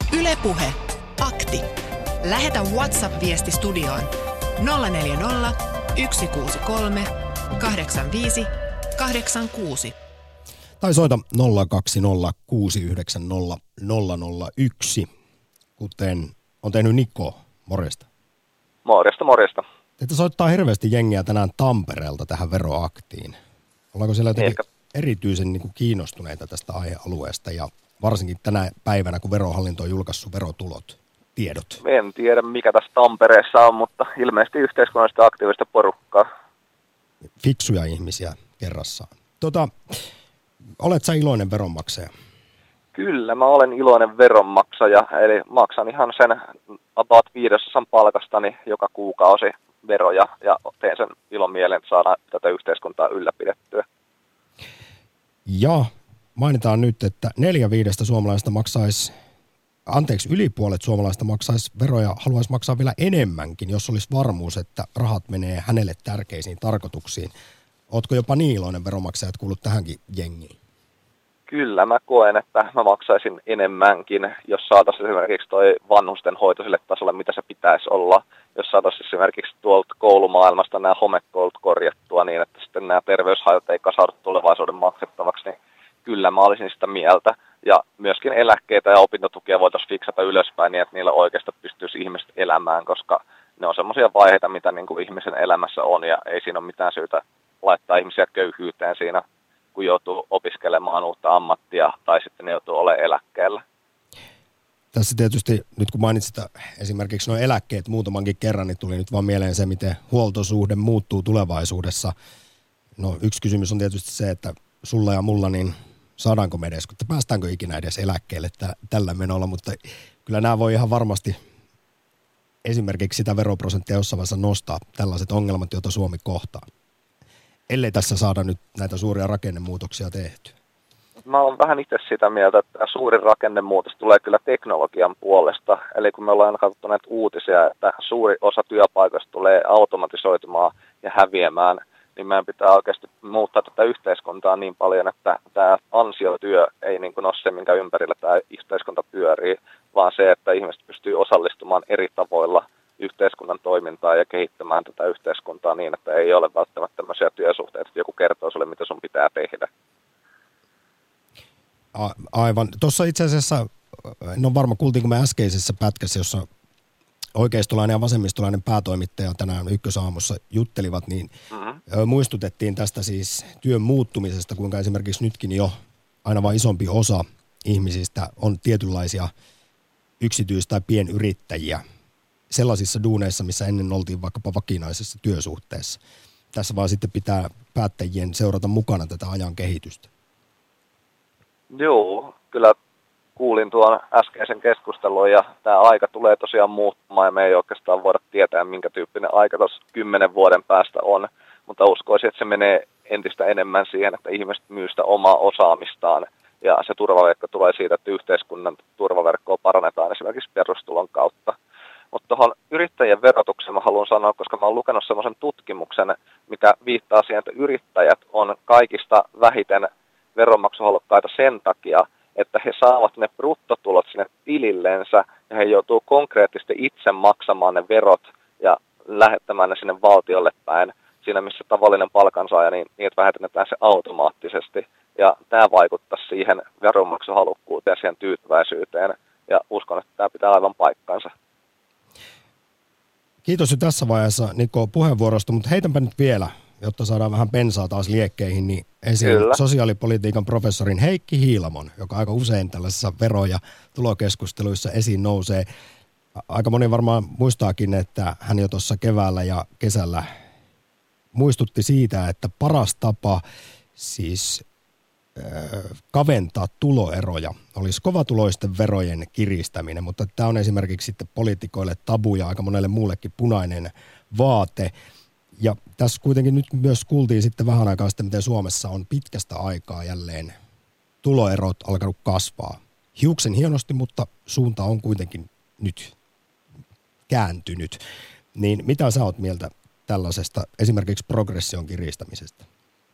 [SPEAKER 2] Yle Puhe. Akti. Lähetä WhatsApp-viesti studioon nolla neljä nolla, yksi kuusi kolme, kahdeksan viisi, kahdeksan kuusi.
[SPEAKER 1] Tai soita nolla kaksi nolla kuusi yhdeksän nolla nolla nolla yksi, kuten on tehnyt Niko. Morjesta.
[SPEAKER 13] Morjesta, morjesta.
[SPEAKER 1] Teitä soittaa hirveästi jengiä tänään Tampereelta tähän veroaktiin. Ollaanko siellä jotenkin Ehkä. erityisen niin kuin kiinnostuneita tästä aihealueesta ja varsinkin tänä päivänä, kun Verohallinto on julkaissut verotulot, tiedot?
[SPEAKER 13] En tiedä, mikä tässä Tampereessa on, mutta ilmeisesti yhteiskunnallista aktiivista porukkaa.
[SPEAKER 1] Fiksuja ihmisiä kerrassaan. Tota, olet sä iloinen veronmaksaja?
[SPEAKER 13] Kyllä, mä olen iloinen veronmaksaja, eli maksan ihan sen about viidesosan palkastani joka kuukausi veroja ja teen sen ilomielen, että saadaan tätä yhteiskuntaa ylläpidettyä.
[SPEAKER 1] Ja mainitaan nyt, että neljä viidestä suomalaista maksaisi, anteeksi, yli puolet suomalaista maksaisi veroja, haluaisi maksaa vielä enemmänkin, jos olisi varmuus, että rahat menee hänelle tärkeisiin tarkoituksiin. Ootko jopa niin iloinen veronmaksaja, että kuulut tähänkin jengiin?
[SPEAKER 13] Kyllä, mä koen, että mä maksaisin enemmänkin, jos saataisiin esimerkiksi toi vanhusten hoito sille tasolle, mitä se pitäisi olla. Jos saataisiin esimerkiksi tuolta koulumaailmasta nämä homekoulut korjattua niin, että sitten nämä terveyshaitat ei kasaudu tulevaisuuden maksettavaksi, niin kyllä mä olisin sitä mieltä. Ja myöskin eläkkeitä ja opintotukia voitaisiin fiksata ylöspäin niin, että niillä oikeasti pystyisi ihmiset elämään, koska ne on semmoisia vaiheita, mitä niin kuin ihmisen elämässä on, ja ei siinä ole mitään syytä laittaa ihmisiä köyhyyteen siinä, kun joutuu opiskelemaan uutta ammattia tai sitten ne joutuu olemaan eläkkeellä.
[SPEAKER 1] Tässä tietysti, nyt kun mainitsit esimerkiksi nuo eläkkeet muutamankin kerran, niin tuli nyt vaan mieleen se, miten huoltosuhde muuttuu tulevaisuudessa. No yksi kysymys on tietysti se, että sulla ja mulla, niin saadaanko me edes, että päästäänkö ikinä edes eläkkeelle t- tällä menolla, mutta kyllä nämä voi ihan varmasti esimerkiksi sitä veroprosenttia jossain vaiheessa nostaa, tällaiset ongelmat, joita Suomi kohtaa, ellei tässä saada nyt näitä suuria rakennemuutoksia tehtyä.
[SPEAKER 13] Mä olen vähän itse sitä mieltä, että suurin rakennemuutos tulee kyllä teknologian puolesta. Eli kun me ollaan katsottu näitä uutisia, että suuri osa työpaikoista tulee automatisoitumaan ja häviämään, niin meidän pitää oikeasti muuttaa tätä yhteiskuntaa niin paljon, että tämä ansiotyö ei niin kuin ole se, minkä ympärillä tämä yhteiskunta pyörii, vaan se, että ihmiset pystyy osallistumaan eri tavoilla yhteiskunnan toimintaan ja kehittämään tätä yhteiskuntaa niin, että ei ole välttämättä tämmöisiä työsuhteita, että joku kertoo sulle, mitä sun pitää tehdä.
[SPEAKER 1] A- aivan. Tuossa itse asiassa, no varma kuultiinko me äskeisessä pätkässä, jossa oikeistolainen ja vasemmistolainen päätoimittaja tänään Ykkösaamussa juttelivat, niin mm-hmm. muistutettiin tästä siis työn muuttumisesta, kuinka esimerkiksi nytkin jo aina vain isompi osa ihmisistä on tietynlaisia yksityis- tai pienyrittäjiä sellaisissa duuneissa, missä ennen oltiin vaikkapa vakinaisessa työsuhteessa. Tässä vaan sitten pitää päättäjien seurata mukana tätä ajan kehitystä.
[SPEAKER 13] Joo, kyllä kuulin tuon äskeisen keskustelun ja tämä aika tulee tosiaan muuttumaan ja me ei oikeastaan voida tietää, minkä tyyppinen aika tuossa kymmenen vuoden päästä on, mutta uskoisin, että se menee entistä enemmän siihen, että ihmiset myy sitä omaa osaamistaan ja se turvaverkko tulee siitä, että yhteiskunnan turvaverkkoa parannetaan esimerkiksi perustulon kautta. Mutta tuohon yrittäjien verotukseen mä haluan sanoa, koska mä oon lukenut semmoisen tutkimuksen, mikä viittaa siihen, että yrittäjät on kaikista vähiten veronmaksuhalukkaita sen takia, että he saavat ne bruttotulot sinne tilillensä ja he joutuu konkreettisesti itse maksamaan ne verot ja lähettämään ne sinne valtiolle päin. Siinä missä tavallinen palkansaaja, niin niitä vähennetään se automaattisesti. Ja tämä vaikuttaa siihen veronmaksuhalukkuuteen ja siihen tyytyväisyyteen. Ja uskon, että tämä pitää aivan paikkansa.
[SPEAKER 1] Kiitos jo tässä vaiheessa, Niko, puheenvuorosta, mutta heitänpä nyt vielä, jotta saadaan vähän bensaa taas liekkeihin, niin esiin Kyllä. sosiaalipolitiikan professorin Heikki Hiilamon, joka aika usein tällaisissa vero- ja tulokeskusteluissa esiin nousee. Aika moni varmaan muistaakin, että hän jo tuossa keväällä ja kesällä muistutti siitä, että paras tapa siis äh, kaventaa tuloeroja olisi kovatuloisten verojen kiristäminen, mutta tämä on esimerkiksi sitten poliitikoille tabu ja aika monelle muullekin punainen vaate. Ja tässä kuitenkin nyt myös kuultiin sitten vähän aikaa sitten, miten Suomessa on pitkästä aikaa jälleen tuloerot alkanut kasvaa. Hiuksen hienosti, mutta suunta on kuitenkin nyt kääntynyt. Niin mitä sä oot mieltä tällaisesta esimerkiksi progression kiristämisestä?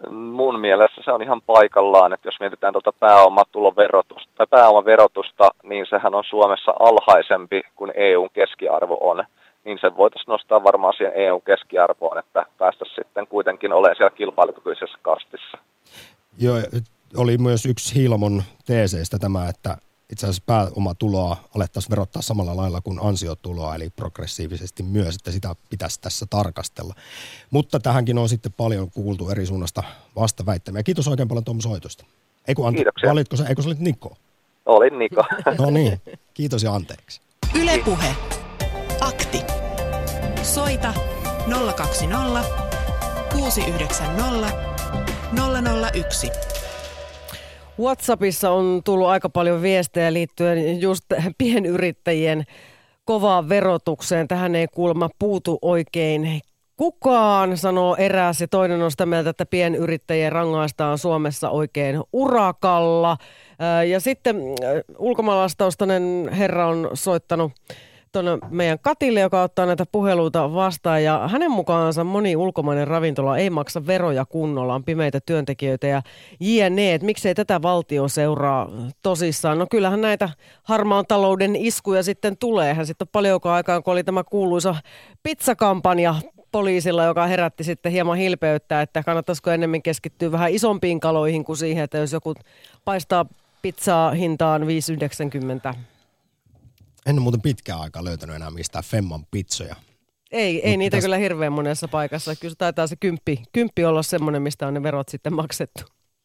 [SPEAKER 13] mun mielestä se on ihan paikallaan, että jos mietitään tuota pääomatuloverotusta tai pääomaverotusta, niin sehän on Suomessa alhaisempi kuin E U:n keskiarvo on. Niin se voitaisiin nostaa varmaan siihen E U:n keskiarvoon, että päästäisiin sitten kuitenkin olemaan siellä kilpailukykyisessä kastissa.
[SPEAKER 1] Joo, oli myös yksi Hiilamon teeseistä tämä, että itse asiassa pääomatuloa alettaisiin verottaa samalla lailla kuin ansiotuloa, eli progressiivisesti myös, että sitä pitäisi tässä tarkastella. Mutta tähänkin on sitten paljon kuultu eri suunnasta vastaväittämiä. Kiitos oikein paljon Tom soitosta. Eiku, ante-
[SPEAKER 13] Kiitoksia.
[SPEAKER 1] Valitko sä, eikö sä olit Niko?
[SPEAKER 13] Olin Niko.
[SPEAKER 1] No niin, kiitos ja anteeksi.
[SPEAKER 2] Yle Puhe. Akti. Soita nolla kaksi nolla kuusi yhdeksän nolla nolla nolla yksi.
[SPEAKER 3] WhatsAppissa on tullut aika paljon viestejä liittyen just pienyrittäjien kovaan verotukseen. Tähän ei kuulemma puutu oikein kukaan, sanoo eräs. Ja toinen on sitä mieltä, että pienyrittäjien rangaistaan Suomessa oikein urakalla. Ja sitten ulkomaalaistaustainen herra on soittanut tuonne meidän Katille, joka ottaa näitä puheluita vastaan, ja hänen mukaansa moni ulkomainen ravintola ei maksa veroja kunnolla, on pimeitä työntekijöitä ja jne. Että miksei tätä valtio seuraa tosissaan? No kyllähän näitä harmaan talouden iskuja sitten tulee. Hän sitten on paljonkaan aikaan, kun oli tämä kuuluisa pizzakampanja poliisilla, joka herätti sitten hieman hilpeyttä, että kannattaisiko ennemmin keskittyä vähän isompiin kaloihin kuin siihen, että jos joku paistaa pizzaa hintaan viisi yhdeksänkymmentä.
[SPEAKER 1] En ole muuten pitkään aikaa löytänyt enää mistään Femman pizzoja.
[SPEAKER 3] Ei, ei niitä täs... kyllä hirveän monessa paikassa. Kyllä taitaa se kymppi, kymppi olla semmoinen, mistä on ne verot sitten maksettu.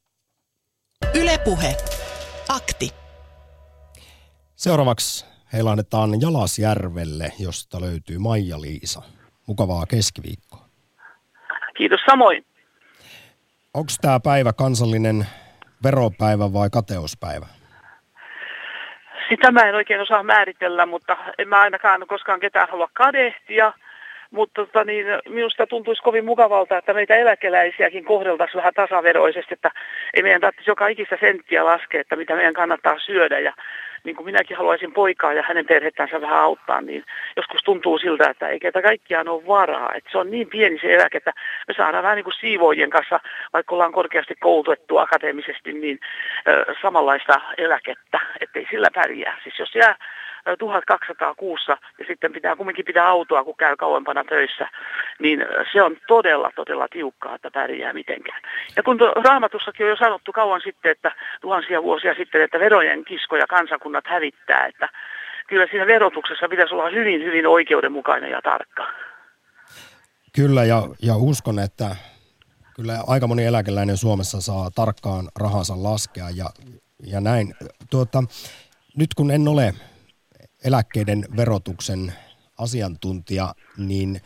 [SPEAKER 2] Yle Puhe. Akti.
[SPEAKER 1] Seuraavaksi heilahdetaan Jalasjärvelle, josta löytyy Maija-Liisa. Mukavaa keskiviikkoa.
[SPEAKER 14] Kiitos samoin.
[SPEAKER 1] Onko tämä päivä kansallinen veropäivä vai kateuspäivä?
[SPEAKER 14] Sitä mä en oikein osaa määritellä, mutta en mä ainakaan koskaan ketään halua kadehtia. Mutta tota niin, minusta tuntuisi kovin mukavalta, että meitä eläkeläisiäkin kohdeltaisiin vähän tasaveroisesti, että ei meidän tarvitsisi joka ikistä senttiä laskea, että mitä meidän kannattaa syödä. Ja niin kuin minäkin haluaisin poikaa ja hänen perhettänsä vähän auttaa, niin joskus tuntuu siltä, että ei ketä kaikkiaan ole varaa. Että se on niin pieni se eläke, että me saadaan vähän niin kuin siivoojien kanssa, vaikka ollaan korkeasti koulutettu akateemisesti, niin ö, samanlaista eläkettä, ettei sillä pärjää. Siis jos jää tuhatkaksisataa kuussa ja sitten pitää kumminkin pitää autoa, kun käy kauempana töissä, niin se on todella, todella tiukkaa, että pärjää mitenkään. Ja kun Raamatussakin on jo sanottu kauan sitten, että tuhansia vuosia sitten, että verojen kiskoja kansakunnat hävittää, että kyllä siinä verotuksessa pitäisi olla hyvin, hyvin oikeudenmukainen ja tarkka.
[SPEAKER 1] Kyllä, ja, ja uskon, että kyllä aika moni eläkeläinen Suomessa saa tarkkaan rahansa laskea ja, ja näin. Tuota, nyt kun en ole eläkkeiden verotuksen asiantuntija, niin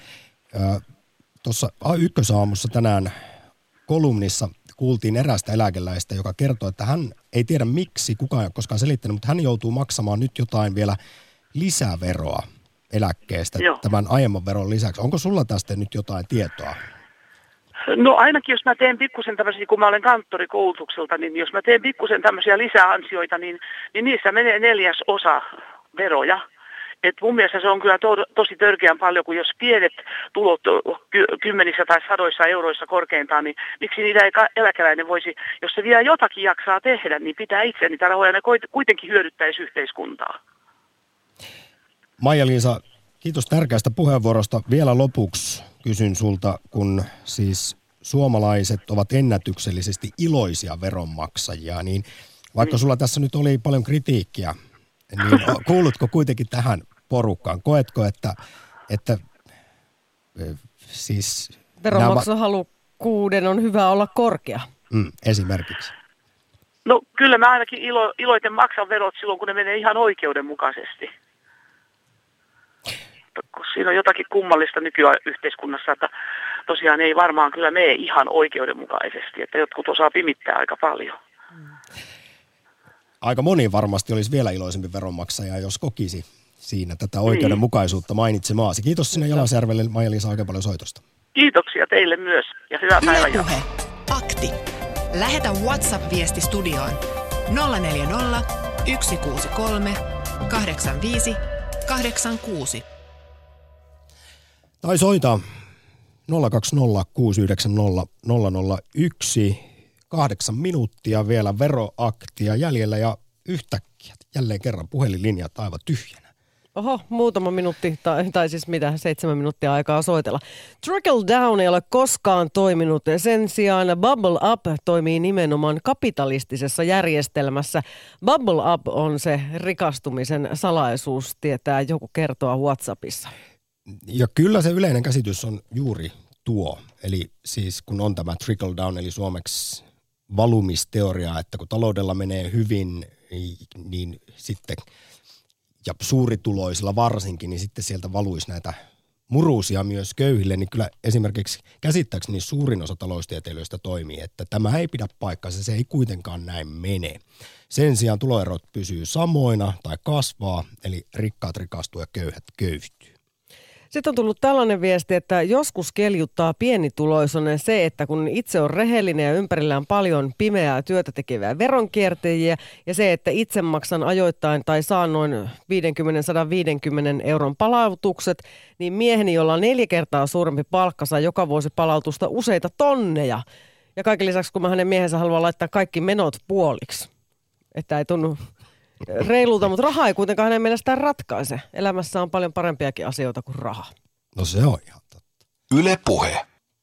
[SPEAKER 1] tuossa Ykkösaamussa tänään kolumnissa kuultiin erästä eläkeläistä, joka kertoi, että hän ei tiedä miksi, kukaan ei ole koskaan selittänyt, mutta hän joutuu maksamaan nyt jotain vielä lisäveroa eläkkeestä Joo. tämän aiemman veron lisäksi. Onko sulla tästä nyt jotain tietoa?
[SPEAKER 14] No ainakin jos mä teen pikkusen tämmöisiä, kun mä olen kanttorikoulutukselta, niin jos mä teen pikkusen tämmöisiä lisäansioita, niin, niin niissä menee neljäs osa veroja. Et mun mielestä se on kyllä to, tosi törkeän paljon, kun jos pienet tulot ky, kymmenissä tai sadoissa euroissa korkeintaan, niin miksi niitä ei eläkeläinen voisi, jos se vielä jotakin jaksaa tehdä, niin pitää itse niitä rahoja, ne kuitenkin hyödyttäisi yhteiskuntaa.
[SPEAKER 1] Maija-Liisa, kiitos tärkeästä puheenvuorosta. Vielä lopuksi kysyn sulta, kun siis suomalaiset ovat ennätyksellisesti iloisia veronmaksajia, niin vaikka sulla tässä nyt oli paljon kritiikkiä, niin kuulutko kuitenkin tähän porukkaan? Koetko, että, että siis...
[SPEAKER 3] Veronmaksuhalukkuuden on hyvä olla korkea.
[SPEAKER 1] Mm, esimerkiksi.
[SPEAKER 14] No kyllä mä ainakin ilo, iloiten maksan verot silloin, kun ne menee ihan oikeudenmukaisesti. Siinä on jotakin kummallista nykyyhteiskunnassa, että tosiaan ei varmaan kyllä mene ihan oikeudenmukaisesti, että jotkut osaa pimittää aika paljon.
[SPEAKER 1] Aika moni varmasti olisi vielä iloisempi veronmaksaja, jos kokisi siinä tätä oikeudenmukaisuutta mainitsemaasi. Kiitos sinne Jalasjärvelle, Maija-Liisa, oikein paljon soitosta.
[SPEAKER 14] Kiitoksia teille myös ja hyvää päivää.
[SPEAKER 2] Puhe. Akti. Lähetä WhatsApp-viesti studioon nolla neljä nolla, yksi kuusi kolme, kahdeksan viisi, kahdeksan kuusi.
[SPEAKER 1] Tai soita nolla kaksi nolla kuusi yhdeksän nolla nolla nolla yksi. Kahdeksan minuuttia vielä veroaktia jäljellä ja yhtäkkiä jälleen kerran puhelinlinjat aivan tyhjänä.
[SPEAKER 3] Oho, muutama minuutti, tai, tai siis mitä, seitsemän minuuttia aikaa soitella. Trickle down ei ole koskaan toiminut. Sen sijaan Bubble Up toimii nimenomaan kapitalistisessa järjestelmässä. Bubble Up on se rikastumisen salaisuus, tietää joku kertoa WhatsAppissa.
[SPEAKER 1] Ja kyllä se yleinen käsitys on juuri tuo. Eli siis kun on tämä trickle down, eli suomeksi valumisteoria, että kun taloudella menee hyvin, niin sitten, ja suurituloisilla varsinkin, niin sitten sieltä valuisi näitä muruusia myös köyhille, niin kyllä esimerkiksi käsittääkseni suurin osa taloustieteilijöistä toimii, että tämä ei pidä paikkaansa, se ei kuitenkaan näin mene. Sen sijaan tuloerot pysyy samoina tai kasvaa, eli rikkaat rikastuu ja köyhät köyhtyy.
[SPEAKER 3] Sitten on tullut tällainen viesti, että joskus keljuttaa pienituloisuuden se, että kun itse on rehellinen ja ympärillä on paljon pimeää työtä tekeviä veronkiertäjiä ja se, että itse maksan ajoittain tai saan noin viisikymmentä sata viisikymmentä euron palautukset, niin mieheni, jolla on neljä kertaa suurempi palkka, saa joka vuosi palautusta useita tonneja. Ja kaiken lisäksi, kun hänen miehensä haluaa laittaa kaikki menot puoliksi, että ei tunnu reilulta, mutta raha ei kuitenkaan hänen mielestään ratkaise. Elämässä on paljon parempiakin asioita kuin raha.
[SPEAKER 1] No se on ihan totta.
[SPEAKER 8] Yle Puhe.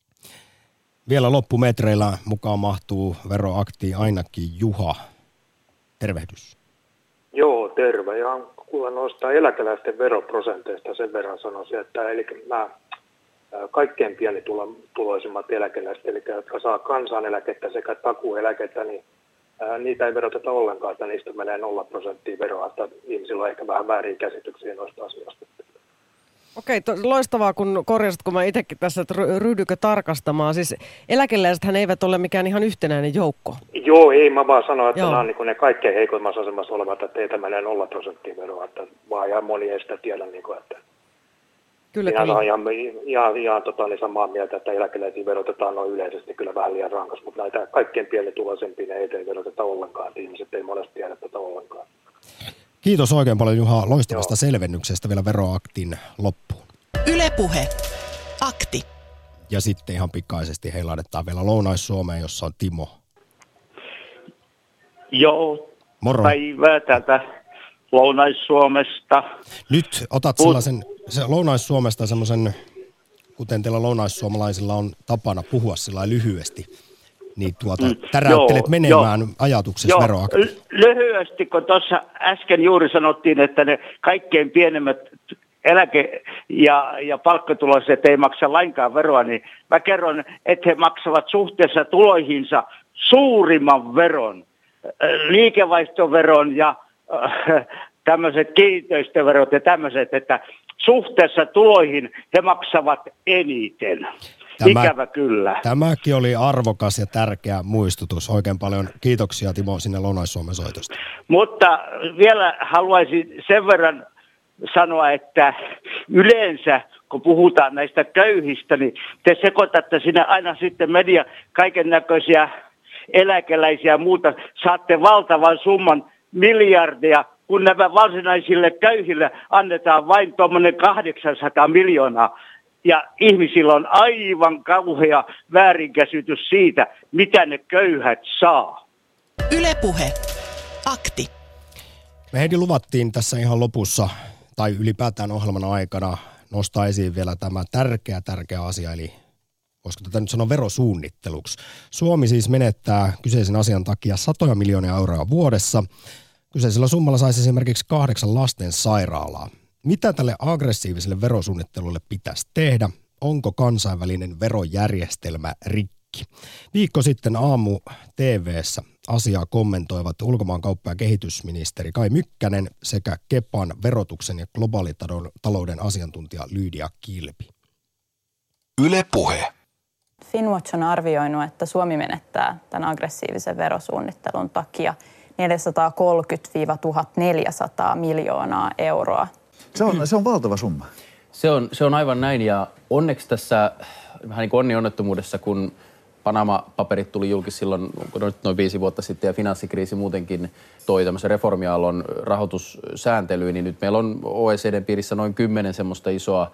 [SPEAKER 1] Vielä loppumetreillä mukaan mahtuu veroaktiin ainakin Juha. Tervehdys.
[SPEAKER 15] Joo, terve. Ja kuulen noista eläkeläisten veroprosenteista sen verran sanoisin, että eli mä kaikkein pienituloisimmat eläkeläiset, eli jotka saa kansaneläkettä sekä takueläkettä, niin niitä ei veroteta ollenkaan, että niistä menee nolla prosenttia veroa, että ihmisillä on ehkä vähän väärin käsityksiä noista asioista.
[SPEAKER 3] Okei, to, loistavaa kun korjasit, kun mä itsekin tässä, että ryhdykö tarkastamaan. Siis eläkeläisethän eivät ole mikään ihan yhtenäinen joukko.
[SPEAKER 15] Joo, ei, mä vaan sanon, että
[SPEAKER 3] Joo.
[SPEAKER 15] nämä on niin ne kaikkein heikoimmassa asemassa olevat, että teitä menee nolla prosenttia veroa, että vaan ihan moni ei sitä tiedä, niin kuin, että
[SPEAKER 3] Kyllä,
[SPEAKER 15] Minä
[SPEAKER 3] kyllä.
[SPEAKER 15] olen ihan, ihan, ihan tota, niin samaa mieltä, että eläkeläisiä verotetaan noin yleisesti kyllä vähän liian rankas, mutta näitä kaikkein pienituloisempia ei veroteta ollenkaan, että ihmiset ei monesti tiedä tätä ollenkaan.
[SPEAKER 1] Kiitos oikein paljon Juha loistavasta Joo. selvennyksestä vielä veroaktin loppuun.
[SPEAKER 2] Yle Puhe. Akti.
[SPEAKER 1] Ja sitten ihan pikaisesti heilahdetaan vielä Lounais-Suomeen, jossa on Timo.
[SPEAKER 16] Joo,
[SPEAKER 1] Moro.
[SPEAKER 16] Päivää täältä Lounais-Suomesta.
[SPEAKER 1] Nyt otat
[SPEAKER 16] Put-
[SPEAKER 1] sellaisen se Lounais-Suomesta semmoisen, kuten teillä lounaissuomalaisilla on tapana puhua sillä lyhyesti, niin tuota,
[SPEAKER 16] Mm,
[SPEAKER 1] täräyttelet
[SPEAKER 16] joo,
[SPEAKER 1] menemään
[SPEAKER 16] joo.
[SPEAKER 1] ajatuksessa veroaktiin.
[SPEAKER 16] L- lyhyesti, kun tuossa äsken juuri sanottiin, että ne kaikkein pienemmät eläke- ja, ja palkkatuloiset ei maksa lainkaan veroa, niin mä kerron, että he maksavat suhteessa tuloihinsa suurimman veron, äh, liikevaihtoveron ja äh, tämmöiset kiinteistöverot ja tämmöiset, että suhteessa tuloihin he maksavat eniten.
[SPEAKER 1] Tämä,
[SPEAKER 16] Ikävä kyllä.
[SPEAKER 1] Tämäkin oli arvokas ja tärkeä muistutus. Oikein paljon kiitoksia Timo sinne Lounais-Suomen soitosta.
[SPEAKER 16] Mutta vielä haluaisin sen verran sanoa, että yleensä kun puhutaan näistä köyhistä, niin te sekoitatte sinne aina sitten media kaiken näköisiä eläkeläisiä ja muuta. Saatte valtavan summan miljardia, kun nämä varsinaisille köyhille annetaan vain tuommoinen kahdeksansataa miljoonaa. Ja ihmisillä on aivan kauhea väärinkäsitys siitä, mitä ne köyhät saa.
[SPEAKER 2] Yle Puhe. Akti.
[SPEAKER 1] Me Heidi luvattiin tässä ihan lopussa, tai ylipäätään ohjelman aikana, nostaa esiin vielä tämä tärkeä, tärkeä asia, eli voisiko tätä nyt sanoa verosuunnitteluksi. Suomi siis menettää kyseisen asian takia satoja miljoonia euroa vuodessa. Kyseisellä summalla saisi esimerkiksi kahdeksan lasten sairaalaa. Mitä tälle aggressiiviselle verosuunnittelulle pitäisi tehdä? Onko kansainvälinen verojärjestelmä rikki? Viikko sitten aamu T V:ssä asiaa kommentoivat ulkomaankauppa- ja kehitysministeri Kai Mykkänen sekä Kepan verotuksen ja globaalitalouden asiantuntija Lydia Kilpi.
[SPEAKER 8] Yle Puhe.
[SPEAKER 17] Finwatch on arvioinut, että Suomi menettää tämän aggressiivisen verosuunnittelun takia neljäsataakolmekymmentä neljäsataa miljoonaa euroa.
[SPEAKER 18] Se on, se on valtava summa.
[SPEAKER 19] Se on, se on aivan näin, ja onneksi tässä vähän niin kuin onni onnettomuudessa, kun Panama-paperit tuli julki silloin noin viisi vuotta sitten ja finanssikriisi muutenkin toi tämmöisen reformiaallon rahoitussääntelyyn, niin nyt meillä on O E C D:n piirissä noin kymmenen semmoista isoa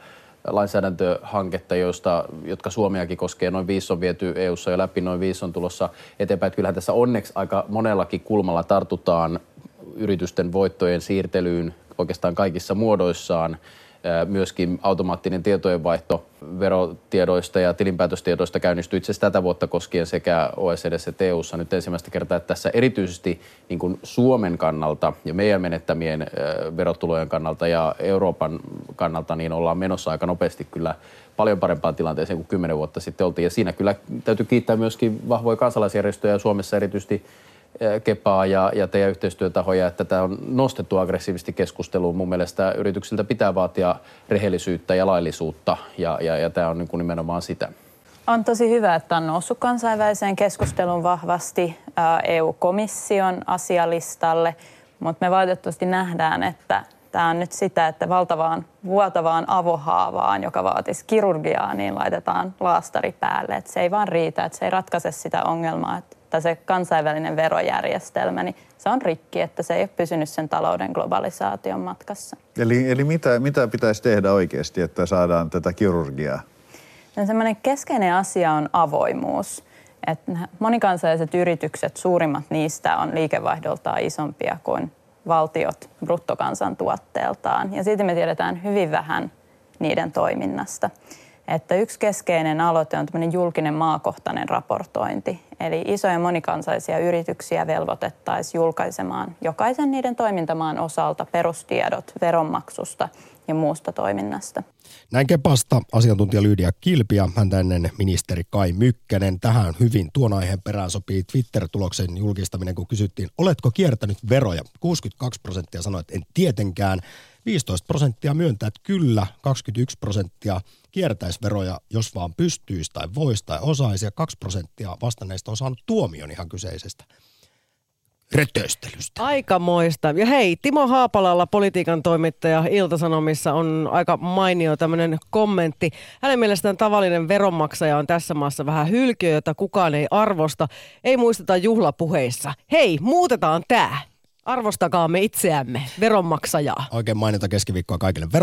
[SPEAKER 19] lainsäädäntöhanketta, joista, jotka Suomeakin koskee. Noin viisi on viety E U:ssa jo läpi, noin viisi on tulossa eteenpäin. Että kyllähän tässä onneksi aika monellakin kulmalla tartutaan yritysten voittojen siirtelyyn oikeastaan kaikissa muodoissaan. Myöskin automaattinen tietojenvaihto verotiedoista ja tilinpäätöstiedoista käynnistyi itse asiassa tätä vuotta koskien sekä O E C D:ssä että E U:ssa nyt ensimmäistä kertaa, että tässä erityisesti niin kuin Suomen kannalta ja meidän menettämien verotulojen kannalta ja Euroopan kannalta niin ollaan menossa aika nopeasti kyllä paljon parempaan tilanteeseen kuin kymmenen vuotta sitten oltiin. Ja siinä kyllä täytyy kiittää myöskin vahvoja kansalaisjärjestöjä Suomessa erityisesti Kepaa ja, ja teidän yhteistyötahoja, että tämä on nostettu aggressiivisesti keskusteluun. Mun mielestä yrityksiltä pitää vaatia rehellisyyttä ja laillisuutta, ja, ja, ja tämä on niin kuin nimenomaan sitä.
[SPEAKER 17] On tosi hyvä, että on noussut kansainväliseen keskusteluun vahvasti E U-komission asialistalle, mutta me valitettavasti nähdään, että tämä on nyt sitä, että valtavaan vuotavaan avohaavaan, joka vaatisi kirurgiaa, niin laitetaan laastari päälle. Että se ei vaan riitä, että se ei ratkaise sitä ongelmaa, että se kansainvälinen verojärjestelmä, niin se on rikki, että se ei ole pysynyt sen talouden globalisaation matkassa.
[SPEAKER 18] Eli, eli mitä, mitä pitäisi tehdä oikeasti, että saadaan tätä kirurgiaa?
[SPEAKER 17] No, semmoinen keskeinen asia on avoimuus. Että monikansalliset yritykset, suurimmat niistä on liikevaihdoltaan isompia kuin valtiot bruttokansantuotteeltaan. Ja siitä me tiedetään hyvin vähän niiden toiminnasta. Että yksi keskeinen aloite on tämmöinen julkinen maakohtainen raportointi. Eli isoja monikansallisia yrityksiä velvoitettaisiin julkaisemaan jokaisen niiden toimintamaan osalta perustiedot veronmaksusta ja muusta toiminnasta.
[SPEAKER 1] Näin Kepasta asiantuntija Lydia Kilpi ja häntä ennen ministeri Kai Mykkänen. Tähän hyvin tuon aiheen perään sopii Twitter-tuloksen julkistaminen, kun kysyttiin, oletko kiertänyt veroja? kuusikymmentäkaksi prosenttia sanoi, että en tietenkään. viisitoista prosenttia myöntää, että kyllä, kaksikymmentäyksi prosenttia kiertäisi veroja, jos vaan pystyisi tai voisi tai osaisi, ja kaksi prosenttia vastanneista on saanut tuomion ihan kyseisestä rötöstelystä.
[SPEAKER 3] Aikamoista. Ja hei, Timo Haapalalla, politiikan toimittaja Ilta-Sanomissa, on aika mainio tämmöinen kommentti. Hänen mielestään tavallinen veronmaksaja on tässä maassa vähän hylkiö, jota kukaan ei arvosta. Ei muisteta juhlapuheissa. Hei, muutetaan tää. Arvostakaamme itseämme, veronmaksajaa.
[SPEAKER 1] Oikein mainita keskiviikkoa kaikille.